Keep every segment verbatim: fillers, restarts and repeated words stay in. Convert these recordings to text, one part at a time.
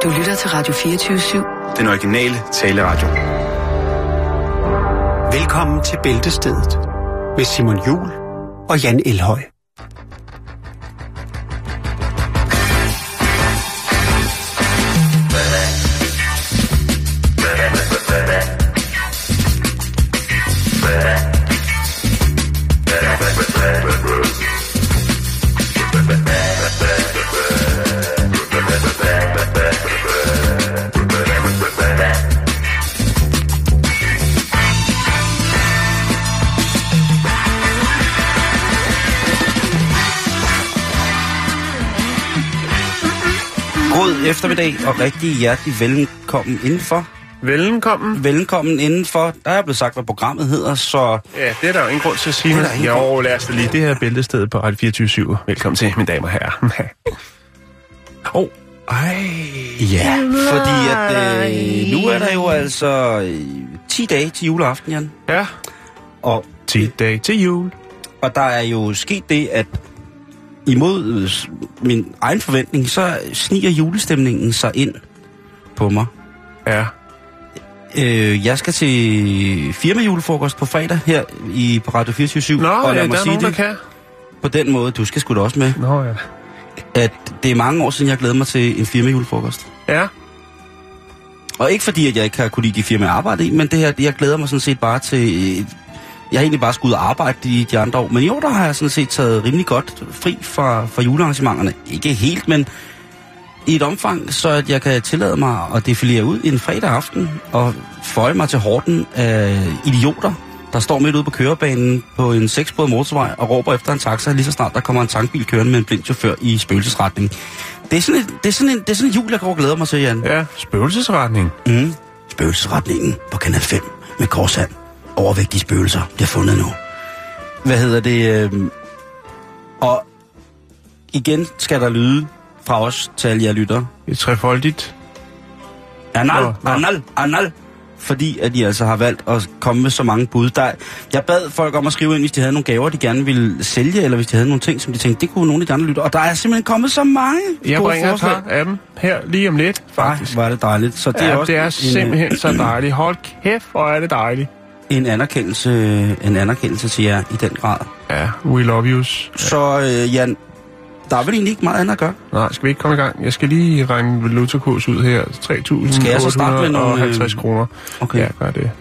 Du lytter til Radio fireogtyve syv. Den originale taleradio. Velkommen til Bæltestedet med Simon Juhl og Jan Elhøj. God eftermiddag og rigtig hjertelig velkommen indenfor. Velkommen. Velkommen indenfor. Der er blevet sagt, hvad programmet hedder, så... Ja, det er der jo ingen grund til at sige. Jeg overlærer lige det her Bæltested på Radio fireogtyve syv. Velkommen til, mine damer og herrer. Åh, oh, ej. Ja, fordi at øh, nu er der jo altså øh, ti dage til juleaften, Jan. Ja, og ti dage til jul. Og der er jo sket det, at imod øh, min egen forventning, så sniger julestemningen sig ind på mig. Ja. Øh, jeg skal til firmajulefrokost på fredag her i på Radio fireogtyve syv. Nå, og ja, lad mig der er sige nogen, det der kan. På den måde, du skal sgu da også med. Nå, ja. At det er mange år siden, jeg glæder mig til en firmajulefrokost. Ja. Og ikke fordi, at jeg ikke har kunne lide de firmaer, jeg arbejder i, men det her, jeg glæder mig sådan set bare til... Jeg har egentlig bare skulle ud og arbejde de, de andre år, men i år der har jeg sådan set taget rimelig godt fri fra, fra julearrangementerne. Ikke helt, men i et omfang, så at jeg kan tillade mig at defilere ud en fredag aften og føje mig til horden af idioter, der står midt ude på kørebanen på en sekssporet motorvej og råber efter en taxa, lige så snart der kommer en tankbil kørende med en blind chauffør i spøgelsesretning. Det er sådan en, det er sådan en, det er sådan en jul, jeg går og glæder mig til, Jan. Ja, spøgelsesretning. Mm. Spøgelsesretningen på Kanal fem med Korshand. Overvægtige spøgelser bliver fundet nu. Hvad hedder det? Øh... Og igen skal der lyde fra os til alle jer lytter. Et trefoldigt. Anal, nå, nå. anal, anal. Fordi at de altså har valgt at komme med så mange bud. Der, jeg bad folk om at skrive ind, hvis de havde nogle gaver, de gerne ville sælge, eller hvis de havde nogle ting, som de tænkte, det kunne nogle af de andre lytte. Og der er simpelthen kommet så mange Jeg gode bringer forslag. et par af dem her lige om lidt, faktisk. Ej, var det dejligt. Så det ja, er også det er en, simpelthen så dejligt. Hold kæft, hvor er det dejligt. En anerkendelse, en anerkendelse til jer i den grad. Ja, we love yous. Ja. Så øh, Jan, der er vel egentlig ikke meget andet at gøre. Nej, skal vi ikke komme i gang? Jeg skal lige regne valutakurs ud her. tre tusind otte hundrede og halvtreds kroner. Okay. Ja, gør det.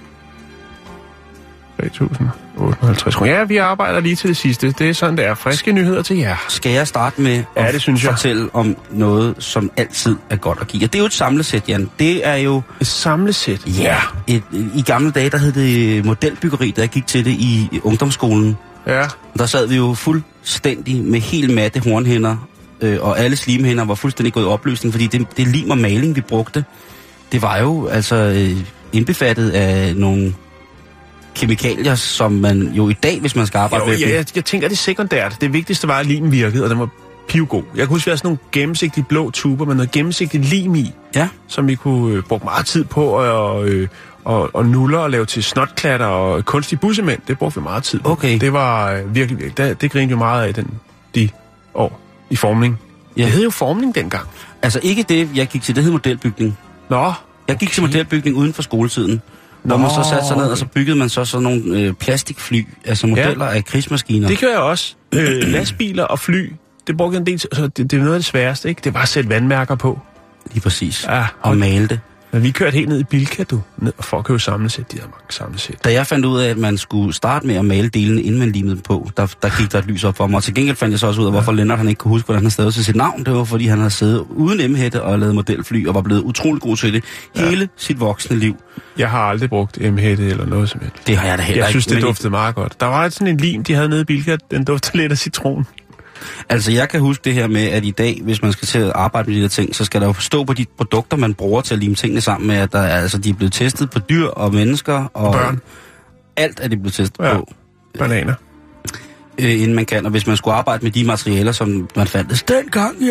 tre tusind otte hundrede og halvtreds kroner. Ja, vi arbejder lige til det sidste. Det er sådan, det er. Friske nyheder til jer. Skal jeg starte med ja, at det synes jeg. fortælle om noget, som altid er godt at give? Og det er jo et samlesæt, Jan. Det er jo... Et samlesæt? Ja. Et, I gamle dage, der hed det modelbyggeri, da jeg gik til det i ungdomsskolen. Ja. Der sad vi jo fuldstændig med helt matte hornhænder, øh, og alle slimhænder var fuldstændig gået i opløsning, fordi det, det lim og maling, vi brugte, det var jo altså øh, indbefattet af nogle kemikalier, som man jo i dag, hvis man skal arbejde jo, med... Ja, jeg, jeg tænker, det er sekundært. Det vigtigste var, at limen virkede, og den var pivgod. Jeg kan huske, at vi havde sådan nogle gennemsigtige blå tuber med noget gennemsigtigt lim i, ja. Som vi kunne øh, bruge meget tid på, og, øh, og, og nuller og lave til snotklatter og kunstig bussemænd. Det brugte vi meget tid på. Okay. Det var øh, virkelig, virkelig... Det, det grinede jo meget af den, de år i formning. Ja. Det hed jo formning dengang. Altså ikke det, jeg gik til, det hed modelbygning. Nå, okay. Jeg gik til modelbygning uden for skoletiden. Hvor man så satte sig ned, og så byggede man så sådan nogle øh, plastikfly, altså modeller ja. af krigsmaskiner. Det gør jeg også. Øh, lastbiler og fly, det brugte jeg en del til. Altså, det, det er noget af det sværeste, ikke? Det er bare at sætte vandmærker på. Lige præcis. Ja, og male det. Men vi kørte helt ned i Bilka, du. Ned og for at købe samlesæt. De havde mange samlesæt. Da jeg fandt ud af, at man skulle starte med at male delene, inden man limede på, der, der gik der et lys op for mig. Og til gengæld fandt jeg så også ud af, hvorfor ja. Lennart han ikke kunne huske, hvordan han stadig til sit navn. Det var, fordi han havde siddet uden M-hætte og lavet modelfly, og var blevet utrolig god til det ja. hele sit voksne liv. Jeg har aldrig brugt M-hætte eller noget som helst. Det har jeg da heller jeg ikke. Jeg synes, det duftede meget godt. Der var sådan en lim, de havde nede i Bilka. Den duftede lidt af citron. Altså, jeg kan huske det her med, at i dag, hvis man skal til at arbejde med de der ting, så skal der jo stå på de produkter, man bruger til at lime tingene sammen med, at der, altså, de er blevet testet på dyr og mennesker. Og børn. Alt er de blevet testet ja. på. Bananer. Øh, inden man kan. Og hvis man skulle arbejde med de materialer, som man fandtes dengang, Jan,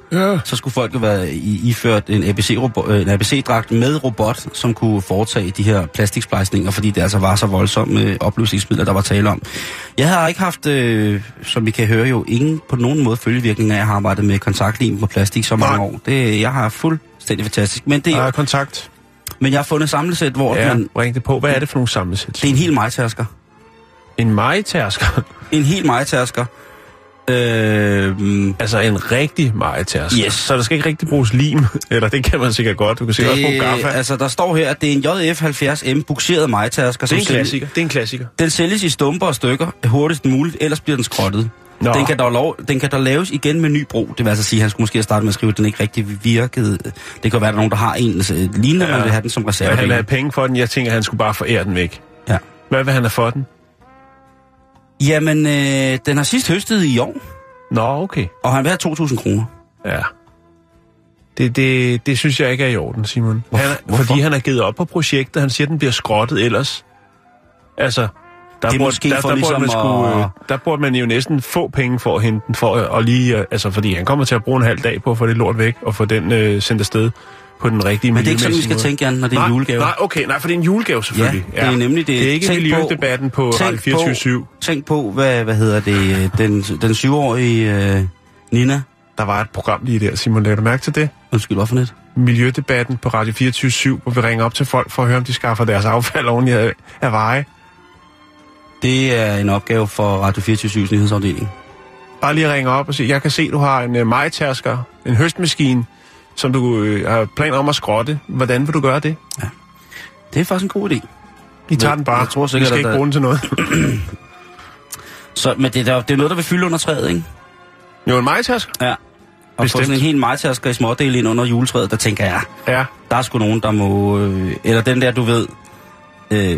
Ja. Så skulle folk jo være i, iført en A B C-dragt med robot, som kunne foretage de her plastiksplejsninger, fordi det altså var så voldsomme opløsningsmidler, der var tale om. Jeg har ikke haft, øh, som I kan høre jo, ingen på nogen måde følgevirkninger af at have arbejdet med kontaktlim på plastik så mange år. Det, jeg har fuldstændig fantastisk. Men det er kontakt. Men jeg har fundet samlesæt, hvor ja, man... bring det på. Hvad er det for nogle samlesæt? Det er en hel majtærsker. En majtærsker? En hel majtærsker. Øh, altså en rigtig majtærsker? Yes. Så der skal ikke rigtig bruges lim? Eller det kan man sikkert godt. Du kan sikkert det, også bruge gaffa. Altså der står her, at det er en J F halvfjerds M bukseret majtærsker. Det er en klassiker. Det er en klassiker. Den sælges i stumper og stykker hurtigst muligt, ellers bliver den skrottet. Den kan, dog lov, den kan dog laves igen med ny brug. Det vil altså sige, at han skulle måske starte med at skrive, at den ikke rigtig virkede. Det kan være, at der er nogen, der har en lignende, ja. Man vil have den som reserve. Men han vil have penge for den. Jeg tænker, at han skulle bare forære den væk. Ja. Hvad vil han have for den? Jamen, øh, den har sidst høstet i år. Nå, okay. Og han vil have to tusind kroner. Ja. Det, det, det synes jeg ikke er i orden, Simon. Hvorfor? Han er, fordi han har givet op på projektet. Han siger, at den bliver skrottet ellers. Altså... Der burde, måske der, der, ligesom burde man skulle, at... der burde man jo næsten få penge for at hente den, for at, og lige, altså fordi han kommer til at bruge en halv dag på at få det lort væk, og få den øh, sendt afsted på den rigtige miljømæssige måde. Men det er ikke sådan, vi skal måde. tænke, Jan, når det er nej, en julegave. Nej, okay, nej, for det er en julegave selvfølgelig. Ja, det er nemlig det. Det er ikke tænk miljødebatten på, på Radio fireogtyve syv. Tænk på, hvad, hvad hedder det, den, den syvårige øh, Nina. Der var et program lige der, Simon, lagde du mærke til det? Undskyld, hvorfor net? Miljødebatten på Radio fireogtyve syv, hvor vi ringer op til folk for at høre, om de skaffer deres affald ordentligt af, af veje. Det er en opgave for Radio fireogtyve syvs nyhedsafdeling. Bare lige ringe op og sige, jeg kan se, du har en uh, majtærsker, en høstmaskine, som du uh, har planer om at skrotte. Hvordan vil du gøre det? Ja, det er faktisk en god idé. I tager den bare. Jeg tror sikkert, vi skal ikke der... bruge den til noget. Så, men det er, det er noget, der vil fylde under træet, ikke? Jo, en majtærsker? Ja. Og få sådan en helt majtærsker i smådel ind under juletræet, der tænker jeg, ja. Der er sgu nogen, der må... Øh, eller den der, du ved... Øh,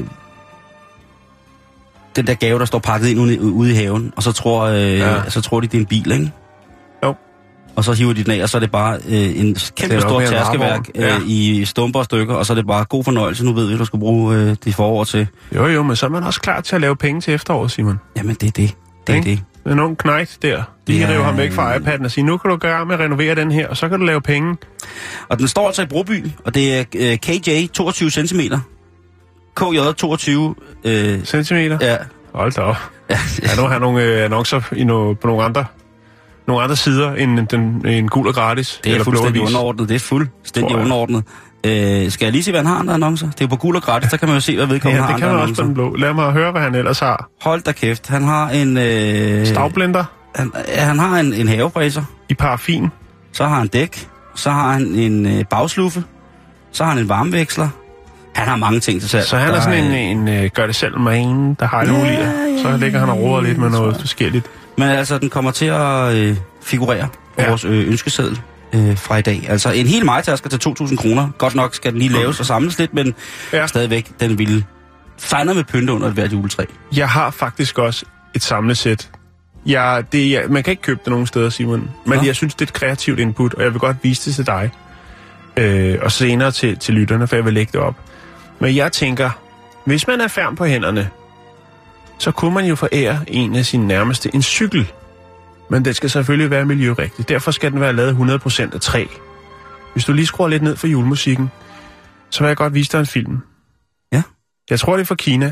den der gave, der står pakket ind ude, ude i haven, og så tror, øh, ja. så tror de, det er en bil, ikke? Jo. Og så hiver de den af, og så er det bare øh, en kæmpe stor tærskeværk øh, ja. i stumper og stykker, og så er det bare god fornøjelse. Nu ved vi, hvad du skal bruge øh, de forår til. Jo, jo, men så er man også klar til at lave penge til efteråret, Simon. Jamen, det er det. Det er det. Det er nogen knægt der. De kan ja. rive ham væk fra iPad'en og sige, nu kan du gøre med at renovere den her, og så kan du lave penge. Og den står altså i Broby, og det er øh, K J toogtyve centimeter. K J toogtyve øh, centimeter? Ja. Hold da op. Ja, ja. Nu har jeg nogle øh, annoncer i no, på nogle andre, nogle andre sider end den, en gul og gratis. Det er fuldstændig underordnet. Det er fuldstændig underordnet. Øh, skal jeg lige se, hvad han har andre annoncer? Det er jo på gul og gratis, der kan man jo se, hvad vedkommende ja, har andre annoncer. Ja, det kan man også på den blå. Lad mig høre, hvad han ellers har. Hold da kæft. Han har en... Øh, stavblender. Han, han har en, en havefræser. I paraffin. Så har han dæk. Så har han en øh, bagsluffe. Så har han en varmeveksler. Han har mange ting til salg. Så han er sådan en, en, en gør-det-selv-man, der har alle ja, mulige. Ja, så ligger han og roder lidt med noget forskelligt. Men altså, den kommer til at øh, figurere på ja. vores øh, ønskeseddel øh, fra i dag. Altså, en hel majtærsker til to tusind kroner. Godt nok skal den lige laves og samles lidt, men ja. stadigvæk, den vil fejne med pynte under et hvert juletræ. Jeg har faktisk også et samlesæt. Ja, det, ja, man kan ikke købe det nogen steder, Simon. Men ja. jeg synes, det er et kreativt input, og jeg vil godt vise det til dig. Øh, og senere til, til lytterne, for jeg vil lægge det op. Men jeg tænker, hvis man er færm på hænderne, så kunne man jo forære en af sine nærmeste en cykel. Men det skal selvfølgelig være miljørigtigt. Derfor skal den være lavet hundrede procent af træ. Hvis du lige skruer lidt ned for julemusikken, så vil jeg godt vise dig en film. Ja. Jeg tror, det er fra Kina.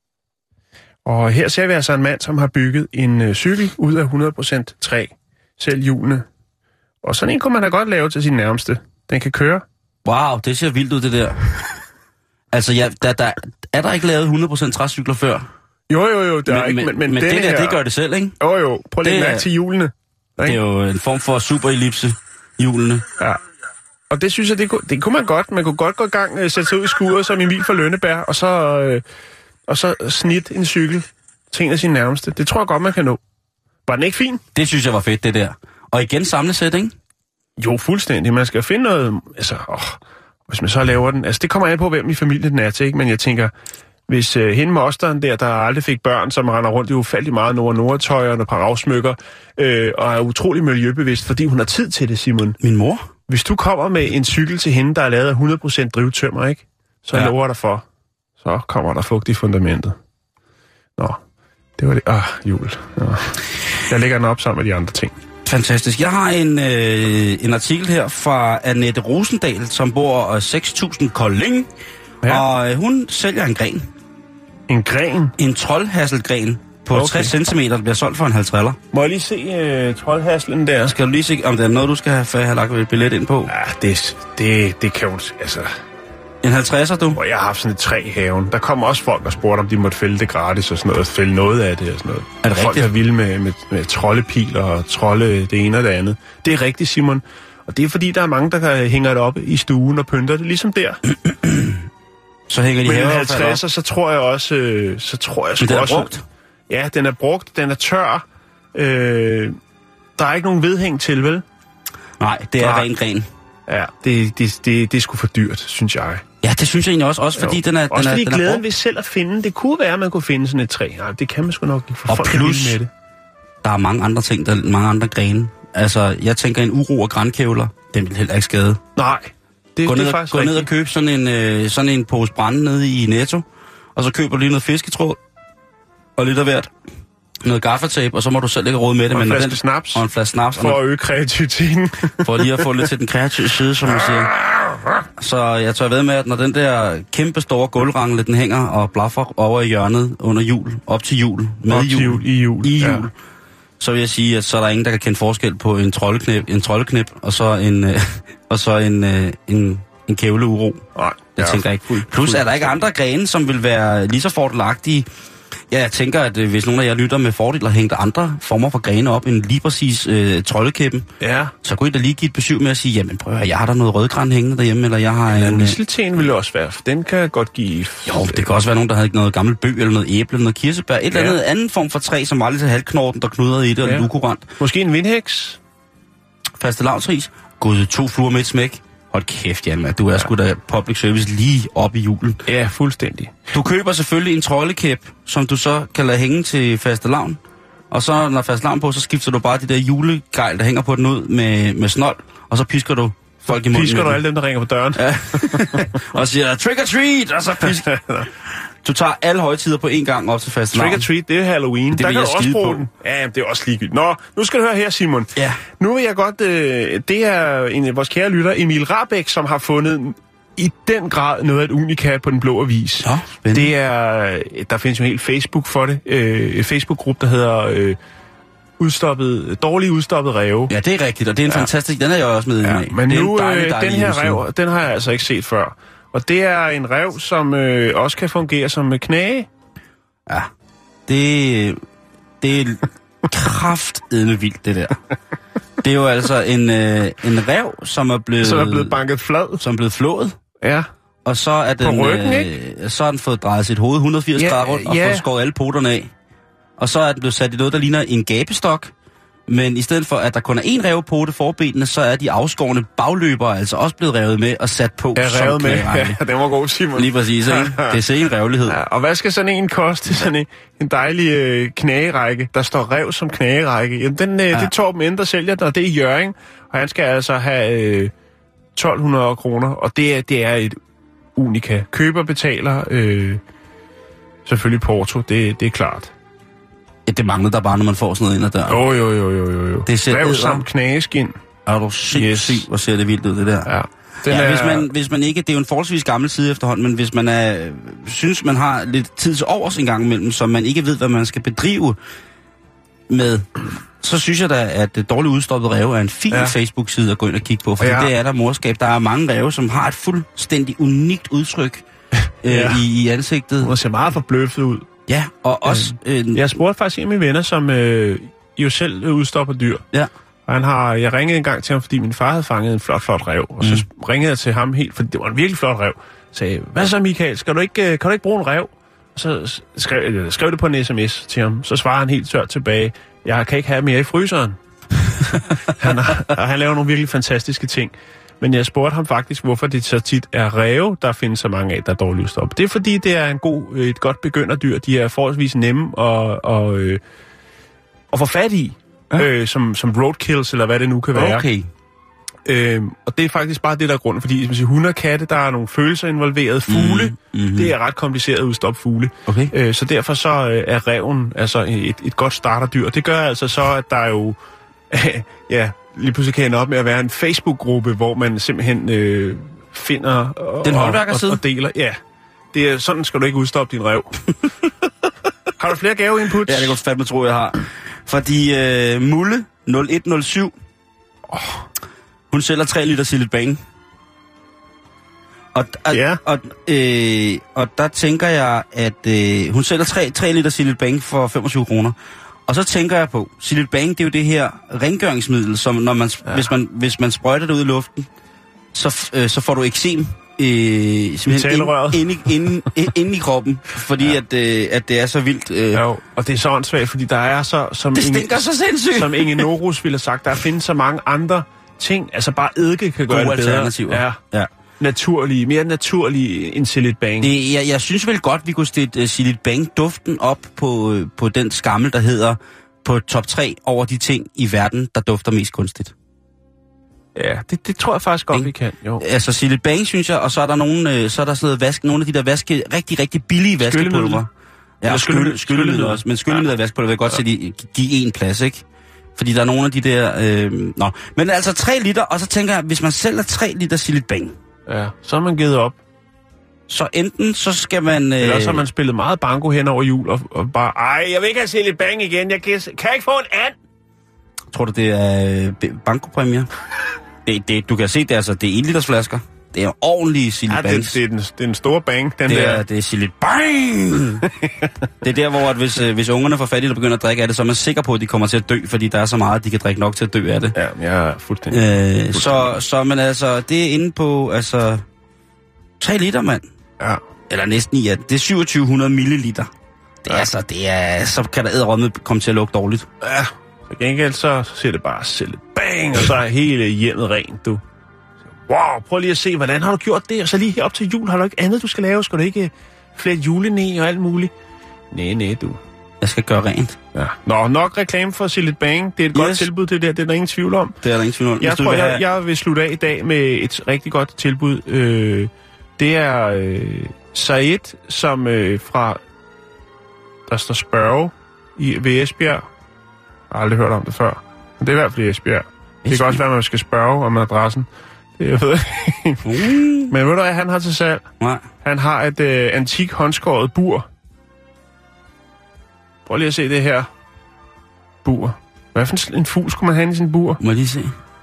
Og her ser vi altså en mand, som har bygget en øh, cykel ud af hundrede procent træ. Selv hjulene. Og sådan en kunne man da godt lave til sin nærmeste. Den kan køre. Wow, det ser vildt ud, det der. Altså, ja, der, der, er der ikke lavet hundrede procent træcykler før? Jo, jo, jo, der men, er ikke, men, men, men det der, her... det gør det selv, ikke? Jo, jo, prøv lige at mærke til hjulene. Ikke? Det er jo en form for superellipse, hjulene. Ja, og det synes jeg, det kunne, det kunne man godt. Man kunne godt gå i gang og sætte sig ud i skuret som Emil fra Lønneberg, og så, øh, og så snit en cykel til en af sine nærmeste. Det tror jeg godt, man kan nå. Var den ikke fin? Det synes jeg var fedt, det der. Og igen samlesæt, ikke? Jo, fuldstændig. Man skal finde noget... Altså, åh, hvis man så laver den... Altså, det kommer an på, hvem i familien den er til, ikke? Men jeg tænker, hvis øh, hende mosteren der, der aldrig fik børn, som render rundt i ufattigt meget Nord Nordtøj og et par afsmykker, øh, og er utrolig miljøbevidst, fordi hun har tid til det, Simon. Min mor? Hvis du kommer med en cykel til hende, der er lavet af hundrede procent drivtømmer, ikke? Så ja. lover jeg dig for, så kommer der fugt i fundamentet. Nå, det var det. Ah, jul. Nå. Jeg lægger den op sammen med de andre ting. Fantastisk. Jeg har en, øh, en artikel her fra Annette Rosendal, som bor seks tusind Kolding, ja. og øh, hun sælger en gren. En gren? En troldhasselgren på okay. tres centimeter, der bliver solgt for en halvtreller. Må jeg lige se øh, troldhasselen der? Skal du lige se, om det er noget, du skal have, have lagt et billet ind på? Ja, det, det, det kan jo... Altså... En halvtredser, du? Og jeg har haft sådan et træ i haven. Der kom også folk og spurgte, om de måtte fælde det gratis og sådan noget. Fælde noget af det og sådan noget. Er det folk rigtigt? er vilde med, med, med troldepiler og trolde det ene og det andet. Det er rigtigt, Simon. Og det er fordi, der er mange, der hænger det op i stuen og pynter det, ligesom der. Så hænger de Men her halvtredser, så tror jeg også... Øh, så tror jeg Men den er også, brugt? Ja, den er brugt. Den er tør. Øh, der er ikke nogen vedhæng til, vel? Nej, det er Nej. ren gren. Ja, det, det, det, det er sgu for dyrt, synes jeg. Ja, det synes jeg egentlig også, også fordi jo. den er Også den fordi er, den glæden er ved selv at finde, det kunne være, at man kunne finde sådan et træ. Nej, det kan man sgu nok ikke, for og folk plus, med det. Der er mange andre ting, der er mange andre grene. Altså, jeg tænker en uro og grankævler, den vil heller ikke skade. Nej, det, gå det ned, er faktisk Gå rigtigt. ned og køb sådan en, øh, sådan en pose brænde nede i Netto, og så køber du lige noget fisketråd, og lidt af hvert. Noget gaffatape, og så må du selv ikke råde med det. Og en men flaske den, snaps. Og en flaske snaps. For at øge kreativiteten. For lige at få lidt til den kreative side, som man siger. Så jeg tør ved med, at når den der kæmpe store gulvrangle, den hænger og blaffer over i hjørnet under jul, op til jul, med op til jul, jul, i jul, i ja. jul, så vil jeg sige, at så er der ingen, der kan kende forskel på en troldeknip, en troldeknip og så en, øh, og så en, øh, en, en kævleuro. Nej, jeg ja, tænker ikke. Fuld, Plus er der ikke andre grene, som vil være lige så fordelagtige. Ja, jeg tænker, at øh, hvis nogen af jer lytter med fordel og hængte andre former for grene op end lige præcis øh, troldekæppen, ja. så kunne I da lige give et besøg med at sige, jamen prøv at høre, jeg har der noget rødgran hængende derhjemme, eller jeg har Ja, en... mistelten ville også være, for den kan godt give... Jo, det kan også være nogen, der havde noget gammelt bøg, eller noget æble, eller noget kirsebær, et ja. eller andet anden form for træ, som var lidt til halvknorten, der knudrede i det, ja. og lukurant. Måske en vindhæks? Fastelavnsris. Gud, to fluer med et smæk. Hold kæft, Jan, du er ja. sgu da public service lige op i julen. Ja, fuldstændig. Du køber selvfølgelig en troldekæp, som du så kan lade hænge til fastelavn. Og så, når fastelavn på, så skifter du bare de der julegejl, der hænger på den ud med, med snold. Og så pisker du folk i munden. Pisker du alle dem, der ringer på døren? Ja. Og siger, trick or treat, og så pisker. Du tager alle højtider på en gang op til fastelavn. Trick or treat, det er Halloween. Det der vil kan jeg du også bruge på. den. Ja, det er også ligegyldigt. Nå, nu skal du høre her, Simon. Ja. Nu vil jeg godt... Øh, det er en af vores kære lytter, Emil Rabeck, som har fundet i den grad noget af et unikat på Den Blå Avis. Nå, det er... Der findes jo en hel Facebook for det. Øh, en Facebook-gruppe, der hedder... Øh, udstoppet, dårligt udstoppet ræve. Ja, det er rigtigt, og det er en ja. fantastisk... Den er jeg også med ja, med. Men det er nu, dejlig, dejlig den her rev, den har jeg altså ikke set før. Og det er en rev, som øh, også kan fungere som knage. Ja, det, det er kraftedme vildt, det der. Det er jo altså en, øh, en rev, som er blevet... Som er blevet banket flad. Som er blevet flået. Ja. Og så er den... På ryggen, øh, ikke? Så har den fået drejet sit hoved et hundrede og firs ja, grader rundt, og ja. fået skåret alle poterne af. Og så er den blevet sat i noget, der ligner en gabestok. Men i stedet for, at der kun er én revpote forbenene, så er de afskårne bagløbere altså også blevet revet med og sat på ja, som med. knærække. Ja, den var god, Simon. Lige præcis, ikke? Det er se en revlighed. Ja, og hvad skal sådan en koste? Sådan en, en dejlig øh, knagerække, der står rev som knagerække. Jamen, den, øh, ja. det Torben Ende, der sælger den, og det er Jørgen. Og han skal altså have øh, tolv hundrede kroner, og det er, det er et unika. Køber betaler øh, selvfølgelig porto, det, det er klart. Ja, det mangler der bare, når man får sådan noget ind ad døren. Jo, jo, jo, jo, jo. jo. Det ser rev ud samt knageskin. Er du sindssygt, yes. Hvor ser det vildt ud, det der. Ja. Den ja, er... hvis, man, hvis man ikke, det er jo en forholdsvis gammel side efterhånden, men hvis man er, synes, man har lidt tid til overs en gang imellem, så man ikke ved, hvad man skal bedrive med, så synes jeg da, at det dårligt udstoppet ræve er en fin ja. Facebook-side at gå ind og kigge på, for ja. det er der morskab. Der er mange ræve, som har et fuldstændig unikt udtryk øh, ja. i, i ansigtet. Det ser meget forbløffet ud. Ja, og også... Øh, jeg spurgte faktisk en af mine venner, som øh, jo selv udstopper dyr. Ja. Og han har, jeg ringede en gang til ham, fordi min far havde fanget en flot, flot ræv. Og så mm. ringede jeg til ham helt, for det var en virkelig flot ræv. Sagde, hvad så Michael, skal du ikke, kan du ikke bruge en ræv? Og så skrev jeg skrev det på en sms til ham. Så svarer han helt tørt tilbage, jeg kan ikke have mere i fryseren. han, har, og han laver nogle virkelig fantastiske ting. Men jeg spurgte ham faktisk, hvorfor det så tit er ræve, der findes så mange af, der er dårligt udstoppet. Det er fordi, det er en god, et godt begynderdyr. De er forholdsvis nemme og, og, øh, at få fat i. Ja. Øh, som, som roadkills, eller hvad det nu kan være. Okay. Øh, og det er faktisk bare det, der er grunden. Fordi hvis man siger hunde og katte, der er nogle følelser involveret. Fugle, mm, mm-hmm. det er ret kompliceret at udstoppe fugle. Okay. Øh, så derfor så øh, er ræven altså et, et godt starterdyr. Det gør altså så, at der er jo ja, lige pludselig kan ende op med at være en Facebook-gruppe, hvor man simpelthen øh, finder og, Den og, håndværkerside? og, og deler. Ja, det er, sådan skal du ikke udstoppe din rev. Har du flere gaveinputs? Ja, det kan du fandme tro, jeg har. Fordi øh, Mulle nul et nul syv, oh, hun sælger tre liter Sillet Bang. Og, og, ja. og, øh, og der tænker jeg, at øh, hun sælger tre liter Sillet Bang for femogtyve kroner. Og så tænker jeg på, Sillet Bang, det er jo det her rengøringsmiddel, som når man, ja. hvis, man, hvis man sprøjter det ud i luften, så, øh, så får du eksem øh, simpelthen ind, ind, i, ind, ind, ind i kroppen, fordi ja. at, øh, at det er så vildt. Øh. Jo, og det er så åndssvagt, fordi der er så... Som det stinker Inge, så sindssygt! Som Inge Norus ville have sagt, der findes så mange andre ting, altså bare eddike kan gøre gode det bedre. Alternativer. Ja. Ja. Naturlige, mere naturlige end Sillet Bang. Det, jeg, jeg synes vel godt, vi kunne stille uh, Sillet Bang-duften op på, uh, på den skammel, der hedder på top tre over de ting i verden, der dufter mest kunstigt. Ja, det, det tror jeg faktisk godt, Ingen? vi kan. Jo. Altså Sillet Bang, synes jeg, og så er der nogen, uh, så er der sådan noget vask, nogle af de der vaske, rigtig, rigtig billige vaskepulver. Ja, og skylle, skyllemiddel også, men skyllemiddel og vaskepulver vil jeg godt ja. se, de give en plads, ikke? Fordi der er nogle af de der... Øh, nå. Men altså tre liter, og så tænker jeg, hvis man sælger tre liter Sillet Bang, ja, så er man givet op. så enten så skal man... Øh, Eller så har man spillet meget banko hen over jul, og, og bare, ej, jeg vil ikke have Sillet Bang igen, jeg kan, kan jeg ikke få en and? Tror du, det er øh, bankopræmier? det, det, du kan se, det er, altså, det er en liters flasker. Det er ordentlige Sillet ja, Bangs. det, det, er den, det er den store bang, den det er, der. Det er Sillet Bang! Det er der, hvor at hvis, øh, hvis ungerne får fat i det og begynder at drikke af det, så er man sikker på, at de kommer til at dø, fordi der er så meget, at de kan drikke nok til at dø af det. Ja, jeg er fuldstændig. Øh, fuldstændig. så, så, men altså, det er inde på, altså, tre liter, mand. Ja. Eller næsten i, at det er syvogtyve hundrede milliliter. Det er ja. altså, det er, så kan der edderrømme komme til at lugte dårligt. Ja, så gengæld så siger det bare Sillet Bang, og så er hele hjemmet rent, du. Wow, prøv lige at se, hvordan har du gjort det? Og så lige op til jul, har du ikke andet, du skal lave? Skal du ikke flette julenæ og alt muligt? Næ, næ, du. Jeg skal gøre rent. Ja. Nå, nok reklame for Sillet Bang. Det er et yes. godt tilbud, det der. Det er der ingen tvivl om. Det er der ingen tvivl om. Jeg tror, jeg, have... jeg vil slutte af i dag med et rigtig godt tilbud. Øh, det er øh, Said, som øh, fra... Der står Spørge i, ved Esbjerg. Jeg har aldrig hørt om det før. Men det er i hvert fald i Esbjerg. Esbjerg. Det kan også være, at man skal spørge om adressen. Det jeg ved ikke. uh. Men ved du hvad, han har til salg? Nej. Han har et øh, antik håndskåret bur. Prøv lige at se det her bur. Hvad for en fugl skulle man have i sin bur? Må jeg lige se?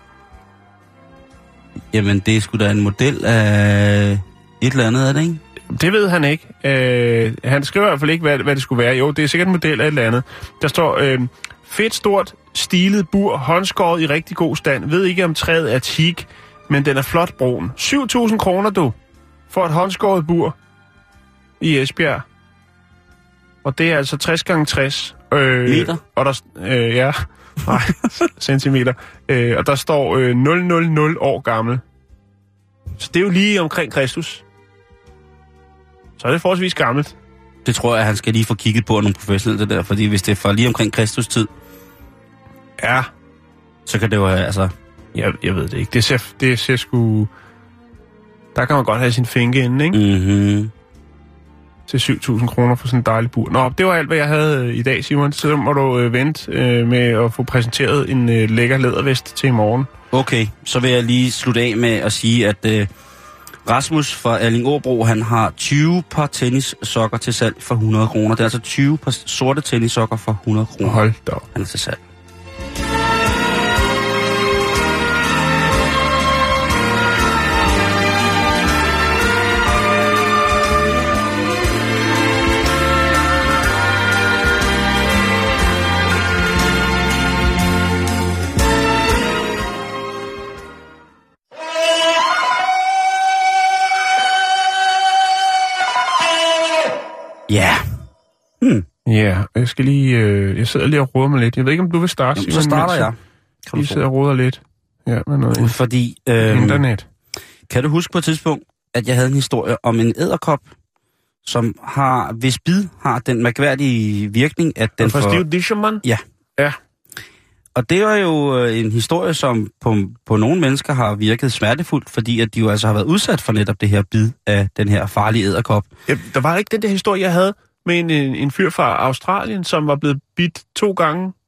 Jamen, det er sgu da en model af et eller andet, er det ikke? Det ved han ikke. Øh, han skriver i hvert fald ikke, hvad, hvad det skulle være. Jo, det er sikkert en model af et eller andet. Der står, øh, fedt, stort, stilet bur, håndskåret i rigtig god stand. Ved ikke, om træet er teak, men den er flot brun. syv tusind kroner, du, for et håndskåret bur i Esbjerg. Og det er altså tres gange tres. Øh, Meter? Og der, øh, ja, nej, centimeter. Øh, og der står øh, nul nul nul år gammel. Så det er jo lige omkring Kristus. Så er det forholdsvis gammelt. Det tror jeg, han skal lige få kigget på nogle professionelle det der, fordi hvis det er for lige omkring Kristus tid, ja, så kan det jo have, altså... Jeg, jeg ved det ikke. Det ser, det ser sgu... Der kan man godt have sin finke inde, ikke? Mhm. Til syv tusind kroner for sådan en dejlig bur. Nå, det var alt, hvad jeg havde øh, i dag, Simon. Så må du øh, vente øh, med at få præsenteret en øh, lækker lædervest til i morgen. Okay, så vil jeg lige slutte af med at sige, at øh, Rasmus fra Allingåbro, han har tyve par tennissokker til salg for hundrede kroner. Det er altså tyve par sorte tennissokker for hundrede kroner. Hold da op. Han er til salg. Ja. Hmm. Ja, jeg skal lige... Øh, jeg sidder lige og roder mig lidt. Jeg ved ikke, om du vil starte, Jamen, så starter jeg. Kan du sidder og roder lidt. Ja, med noget Fordi, øh, internet. Kan du huske på et tidspunkt, at jeg havde en historie om en edderkop, som har, hvis bid har den mærkværdige virkning, at den får... får... Steve Disherman? Ja. Ja. Og det var jo en historie, som på, på nogle mennesker har virket smertefuldt, fordi at de jo altså har været udsat for netop det her bid af den her farlige edderkop. Ja, der var ikke den der historie, jeg havde med en, en, en fyr fra Australien, som var blevet bidt to gange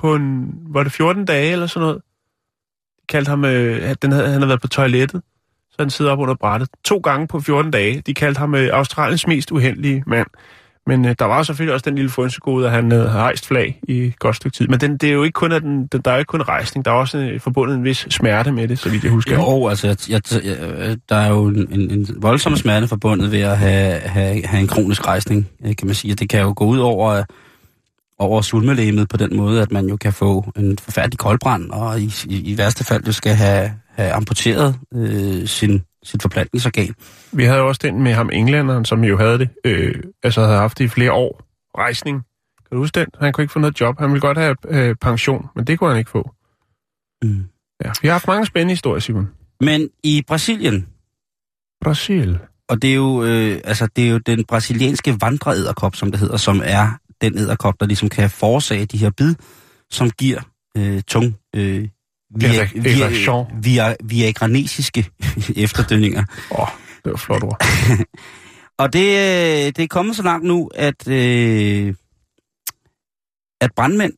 på en, var det fjorten dage eller sådan noget. De kaldte ham, øh, at den havde, han havde været på toilettet, så han sidder op under brættet. To gange på fjorten dage. De kaldte ham øh, Australiens mest uheldige mand. Men øh, der var selvfølgelig også den lille funsegode, at han havde rejst flag i et godt stykke tid. Men den, det er jo ikke kun, at den, den, der er jo ikke kun rejsning. Der er også øh, forbundet en vis smerte med det, så vidt jeg husker. Jo, altså, jeg, jeg, jeg, der er jo en, en, en voldsom smerte forbundet ved at have, have, have en kronisk rejsning, kan man sige. Og det kan jo gå ud over, over svulmelægemet på den måde, at man jo kan få en forfærdelig koldbrand, og i, i, i værste fald jo skal have, have amputeret øh, sin, sit forplantningsorgan. Vi havde også den med ham englænderen, som jo havde det, øh, altså havde haft det i flere år. Rejsning. Kan du huske den? Han kunne ikke få noget job. Han ville godt have øh, pension, men det kunne han ikke få. Mm. Ja, vi har haft mange spændende historier, Simon. Men i Brasilien... Brasil. Og det er jo, øh, altså, det er jo den brasilianske vandreedderkop, som det hedder, som er den edderkop, der ligesom kan forårsage de her bid, som giver øh, tung... Øh, via, via, via, via granesiske efterdønninger. Åh, oh, det var flot ord. Og det, det er kommet så langt nu, at, øh, at brandmænd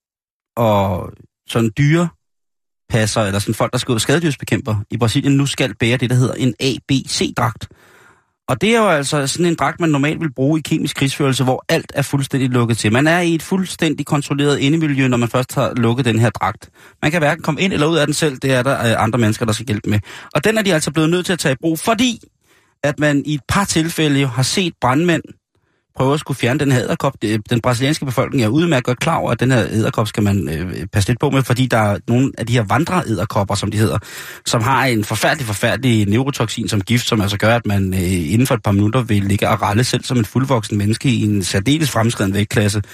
og sådan dyrepasser, eller sådan folk, der skal ud skadedyrsbekæmper i Brasilien, nu skal bære det, der hedder en A B C-dragt. Og det er jo altså sådan en dragt, man normalt vil bruge i kemisk krigsførelse, hvor alt er fuldstændig lukket til. Man er i et fuldstændig kontrolleret indemiljø, når man først har lukket den her dragt. Man kan hverken komme ind eller ud af den selv, det er der andre mennesker, der skal hjælpe med. Og den er de altså blevet nødt til at tage i brug, fordi at man i et par tilfælde jo har set brandmænd prøve at skulle fjerne den her edderkop. Den brasilianske befolkning er udmærket godt klar over, at den her edderkop skal man øh, passe lidt på med, fordi der er nogle af de her vandreedderkopper, som de hedder, som har en forfærdelig, forfærdelig neurotoxin som gift, som altså gør, at man øh, inden for et par minutter vil ligge og ralle selv som en fuldvoksen menneske i en særdeles fremskreden vægtklasse.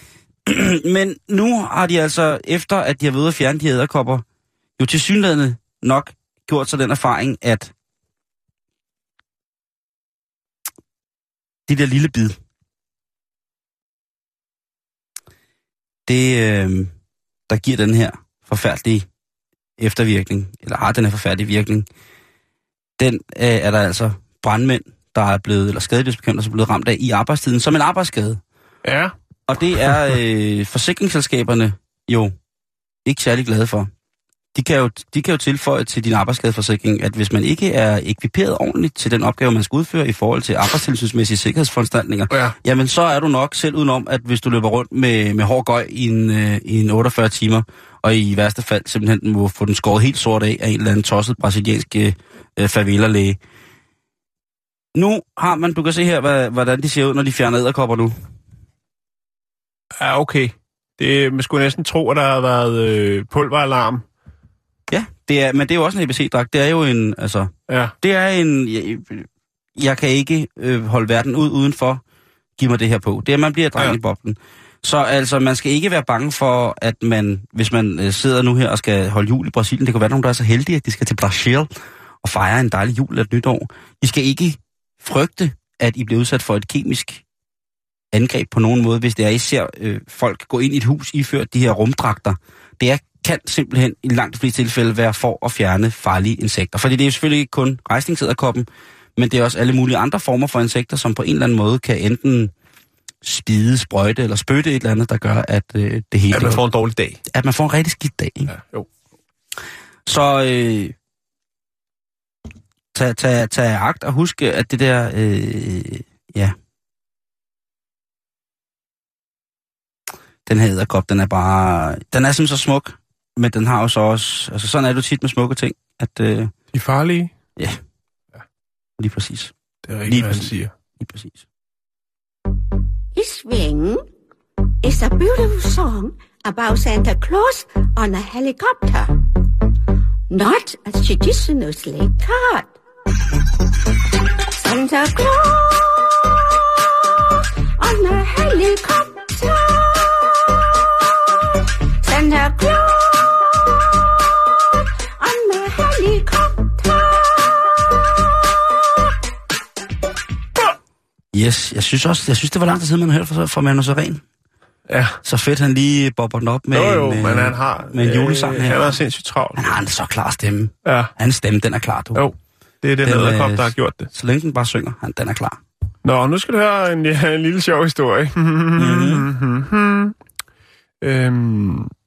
Men nu har de altså, efter at de har været ude at fjerne de her edderkopper, jo tilsyneladende nok gjort sig den erfaring, at det der lille bid, det, øh, der giver den her forfærdelige eftervirkning, eller har den her forfærdelige virkning, den øh, er der altså brandmænd, der er blevet, eller skadedyrsbekæmpere, som er blevet ramt af i arbejdstiden, som en arbejdsskade. Ja. Og det er øh, forsikringsselskaberne jo ikke særlig glade for. De kan, jo, de kan jo tilføje til din arbejdsskadeforsikring, at hvis man ikke er ekviperet ordentligt til den opgave, man skal udføre i forhold til arbejdstilsynsmæssige sikkerhedsforanstaltninger, ja. Jamen så er du nok selv udenom, at hvis du løber rundt med, med hård gøj i en, øh, i en otteogfyrre timer, og i værste fald simpelthen må få den skåret helt sort af af en eller anden tosset brasiliansk øh, favela-læge. Nu har man, du kan se her, hvad, hvordan de ser ud, når de fjerner edderkopper nu. Ja, okay. Det, man skulle næsten tro, at der har været øh, pulveralarm. Ja, det er, men det er jo også en A B C-dragt. Det er jo en, altså... Ja. Det er en... Jeg, jeg kan ikke øh, holde verden ud udenfor. Giv mig det her på. Det er, at man bliver dreng ja. i boblen. Så altså, man skal ikke være bange for, at man, hvis man øh, sidder nu her og skal holde jul i Brasilien, det kan være nogen, der er så heldige, at de skal til Brasil og fejre en dejlig jul eller et nytår. I skal ikke frygte, at I bliver udsat for et kemisk angreb på nogen måde, hvis det er, I ser øh, folk gå ind i et hus, iført de her rumdragter. Det er kan simpelthen i langt de fleste tilfælde være for at fjerne farlige insekter. Fordi det er jo selvfølgelig ikke kun rejsningsedderkoppen, men det er også alle mulige andre former for insekter, som på en eller anden måde kan enten spide, sprøjte eller spytte et eller andet, der gør, at øh, det hele... At man får en dårlig dag. At man får en rigtig skidt dag, ikke? Ja, jo. Så øh, tag, tag, tag agt og husk, at det der... Øh, ja... Den her edderkop, den er bare... Den er simpelthen så smuk, men den har jo så også... Altså, sådan er det jo tit med smukke ting, at... Øh, De er farlige? Ja. ja. Lige præcis. Det er rigtigt, hvad han siger. Lige præcis. Swing is a beautiful song about Santa Claus on a helicopter. Not as traditionally taught. Santa Claus on a helicopter. Santa Claus on a helicopter. Yes, jeg synes også, jeg synes, det var lang tid siden, man hørte fra, fra Manu Seren. Ja. Så fedt, han lige bobber den op med, jo, jo, med, men han har, med en julesang øh, her. Han har sindssygt travlt. Han har en så klar stemme. Ja. Hans stemme, den er klar, du. Jo, det er den edderkop, der har gjort det. Så længe den bare synger, han, den er klar. Nå, nu skal du høre en, ja, en lille sjov historie. Mm-hmm. øhm,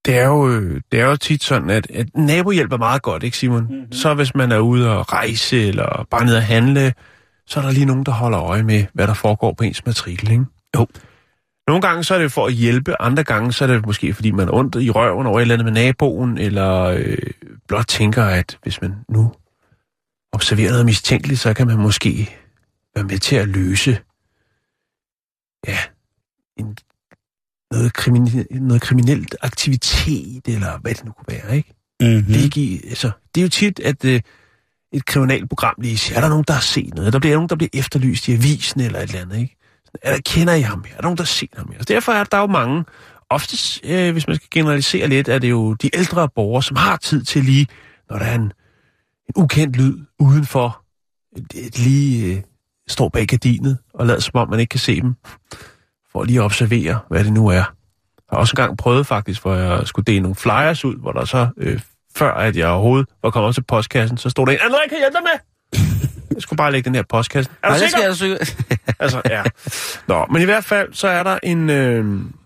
det er jo, det er jo tit sådan, at, at nabohjælp er meget godt, ikke Simon? Mm-hmm. Så hvis man er ude og rejse, eller bare ned og handle, så er der lige nogen, der holder øje med, hvad der foregår på ens matrikel, ikke? Jo. Nogle gange så er det for at hjælpe, andre gange så er det måske, fordi man er ondt i røven over et eller andet med naboen, eller øh, blot tænker, at hvis man nu observerer noget mistænkeligt, så kan man måske være med til at løse ja, en, noget, kriminel, noget kriminelt aktivitet, eller hvad det nu kunne være, ikke? Mm-hmm. Det, ikke, altså, det er jo tit, at øh, et kriminalprogram lige siger, er der nogen, der har set noget? Der bliver nogen, der bliver efterlyst i avisen eller et eller andet, ikke? Er der, kender I ham her? Er der nogen, der har set ham her? Så derfor er der jo mange, oftest, øh, hvis man skal generalisere lidt, er det jo de ældre borgere, som har tid til lige, når der er en, en ukendt lyd udenfor, et, et lige øh, står bag gardinet og lader som om, man ikke kan se dem, for at lige observere, hvad det nu er. Jeg har også engang prøvet faktisk, hvor jeg skulle dele nogle flyers ud, hvor der så, øh, før at jeg overhovedet var kommet op til postkassen, så stod der en, André, kan jeg hjælpe dig med? Jeg skulle bare lægge den her postkasse. Er du Nej, sikker? det skal jeg sikker. Altså, ja. Nå, men i hvert fald, så er der en, øh,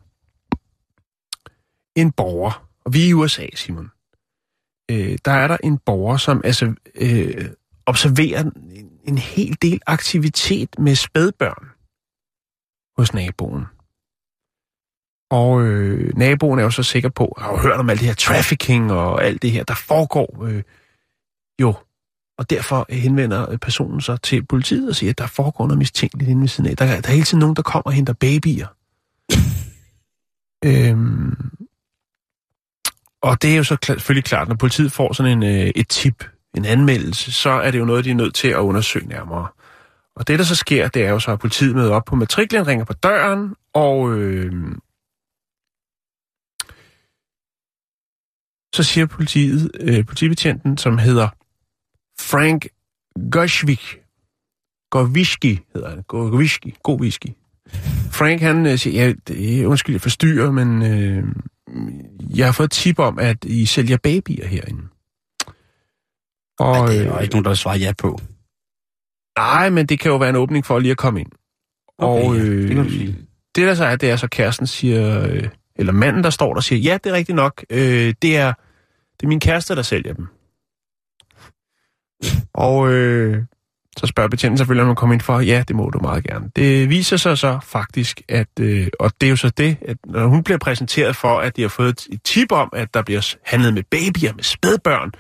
en borger, og vi er i U S A, Simon. Øh, der er der en borger, som altså, øh, observerer en, en hel del aktivitet med spædbørn hos naboen. Og øh, naboen er jo så sikker på, har jo hørt om alt det her trafficking og alt det her, der foregår øh, jo. Og derfor henvender personen sig til politiet og siger, at der foregår noget mistænkeligt inde ved siden af. Der, der er hele tiden nogen, der kommer og henter babyer. øhm, og det er jo så klar, selvfølgelig klart, når politiet får sådan en, øh, et tip, en anmeldelse, så er det jo noget, de er nødt til at undersøge nærmere. Og det, der så sker, det er jo så, at politiet møder op på matriklen, ringer på døren, og øh, så siger politiet, øh, politibetjenten, som hedder Frank Goshvik. Goviski hedder han. Goviski. Goviski. Frank, han øh, siger, ja, det er undskyld, jeg forstyrrer, men øh, jeg har fået et tip om, at I sælger babyer herinde. Og, Ej, det er jo ikke nogen, der svarer ja på. Nej, men det kan jo være en åbning for lige at komme ind. Okay, og ja, øh, det kan du sige. Det der så er, det er så kæresten siger, øh, eller manden, der står der siger, ja, det er rigtigt nok, øh, det, er, det er min kæreste, der sælger dem. Og øh, så spørger betjenten selvfølgelig, om man kommer ind for, ja, det må du meget gerne. Det viser sig så faktisk, at, øh, og det er jo så det, at når hun bliver præsenteret for, at de har fået et tip om, at der bliver handlet med babyer, med spædbørn,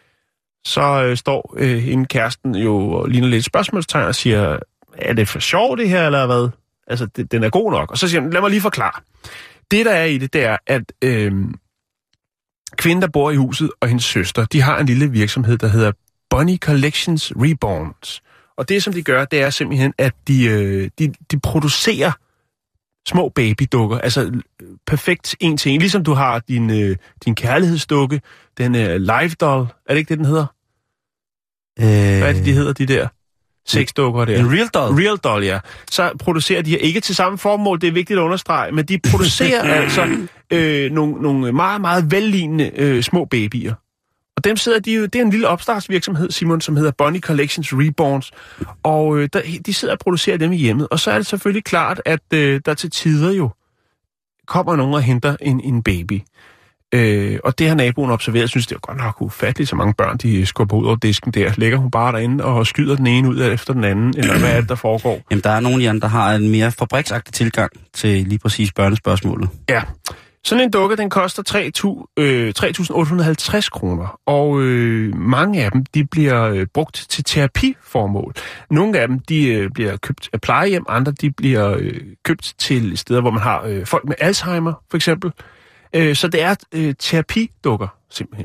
så øh, står øh, hende kæresten jo og ligner lidt spørgsmålstegn og siger, er det for sjov det her, eller hvad? Altså, det, den er god nok. Og så siger han, lad mig lige forklare. Det, der er i det, det er, at øh, kvinden, der bor i huset, og hendes søster, de har en lille virksomhed, der hedder Bonnie Collections Reborns. Og det, som de gør, det er simpelthen, at de, øh, de, de producerer små babydukker, altså perfekt en til en. Ligesom du har din, øh, din kærlighedsdukke, den øh, Live Doll, er det ikke det, den hedder? Øh... Hvad er det, de hedder, de der sexdukker der? En Real Doll? Real Doll, ja. Så producerer de her, ikke til samme formål, det er vigtigt at understrege, men de producerer altså øh, nogle, nogle meget, meget vellignende øh, små babyer. Og dem sidder de jo, det er en lille opstartsvirksomhed, Simon, som hedder Bonnie Collections Reborns, og øh, der, de sidder og producerer dem i hjemmet. Og så er det selvfølgelig klart, at øh, der til tider jo kommer nogen og henter en, en baby. Øh, og det har naboen observeret, synes det er godt nok ufatteligt, så mange børn, de skubber ud over disken der. Lægger hun bare derinde og skyder den ene ud efter den anden, eller hvad er det, der foregår? Jamen, der er nogen, Jan, der har en mere fabriksagtig tilgang til lige præcis børnespørgsmålet. Ja. Sådan en dukke, den koster tre tusind otte hundrede og halvtreds kroner, og øh, mange af dem, de bliver øh, brugt til terapiformål. Nogle af dem, de øh, bliver købt af plejehjem, andre, de bliver øh, købt til steder, hvor man har øh, folk med Alzheimer, for eksempel. Øh, så det er øh, terapidukker, simpelthen.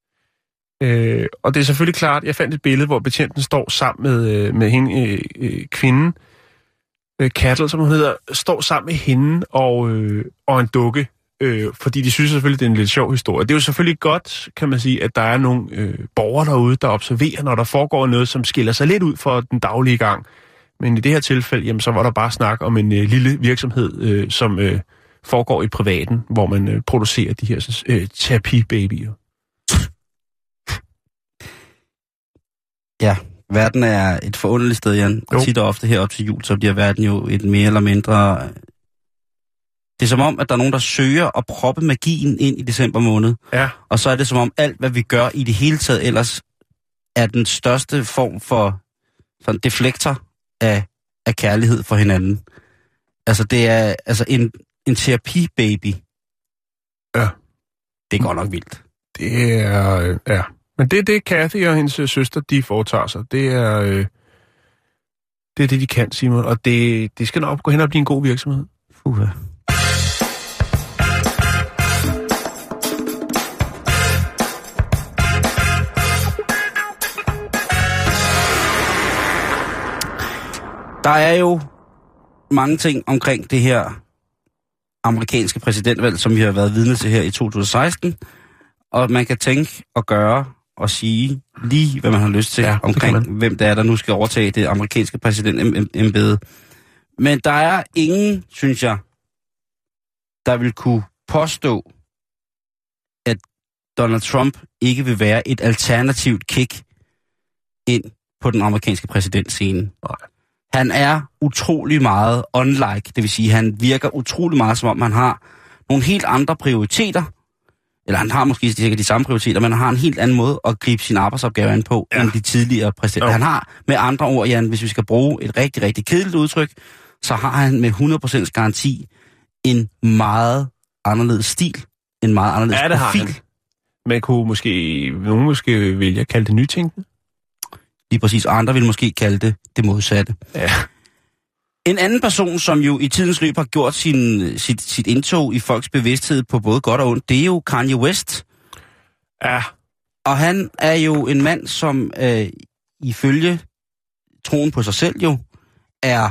Øh, og det er selvfølgelig klart, jeg fandt et billede, hvor betjenten står sammen med, øh, med hende, øh, kvinden, øh, Cattle, som hun hedder, står sammen med hende og, øh, og en dukke. Øh, fordi de synes selvfølgelig, det er en lidt sjov historie. Det er jo selvfølgelig godt, kan man sige, at der er nogle øh, borgere derude, der observerer, når der foregår noget, som skiller sig lidt ud for den daglige gang. Men i det her tilfælde, jamen, så var der bare snak om en øh, lille virksomhed, øh, som øh, foregår i privaten, hvor man øh, producerer de her øh, terapibabyer. Ja, verden er et forunderligt sted, Jan. Og tit og ofte herop til jul, så bliver verden jo et mere eller mindre Det er som om, at der er nogen, der søger at proppe magien ind i december måned. Ja. Og så er det som om, alt, hvad vi gør i det hele taget ellers, er den største form for sådan deflektor af, af kærlighed for hinanden. Altså, det er altså en, en terapi-baby. Ja. Det er godt nok vildt. Det er... Øh, ja. Men det er det, Kathy og hendes søster, de foretager sig. Det er... Øh, det er det, de kan, Simon. Og det, det skal nok gå hen og blive en god virksomhed. Fuha. Der er jo mange ting omkring det her amerikanske præsidentvalg, som vi har været vidne til her i to tusind og seksten. Og man kan tænke og gøre og sige lige, hvad man har lyst til ja, omkring, hvem det er, der nu skal overtage det amerikanske præsidentembede. Men der er ingen, synes jeg, der vil kunne påstå, at Donald Trump ikke vil være et alternativt kick ind på den amerikanske præsidentscene. Nej. Han er utrolig meget unlike, det vil sige, han virker utrolig meget, som om han har nogle helt andre prioriteter, eller han har måske sikkert de samme prioriteter, men han har en helt anden måde at gribe sin arbejdsopgave an på, ja. end de tidligere præsidenter. Han har med andre ord, Jan, hvis vi skal bruge et rigtig, rigtig kedeligt udtryk, så har han med hundrede procent garanti en meget anderledes stil, en meget anderledes ja, det profil. Har han. Man kunne måske, nogen måske vælge at kalde det nytænkende. Lige præcis, og andre vil måske kalde det det modsatte. Ja. En anden person, som jo i tidens løb har gjort sin, sit, sit indtog i folks bevidsthed på både godt og ondt, det er jo Kanye West. Ja. Og han er jo en mand, som øh, ifølge troen på sig selv jo, er,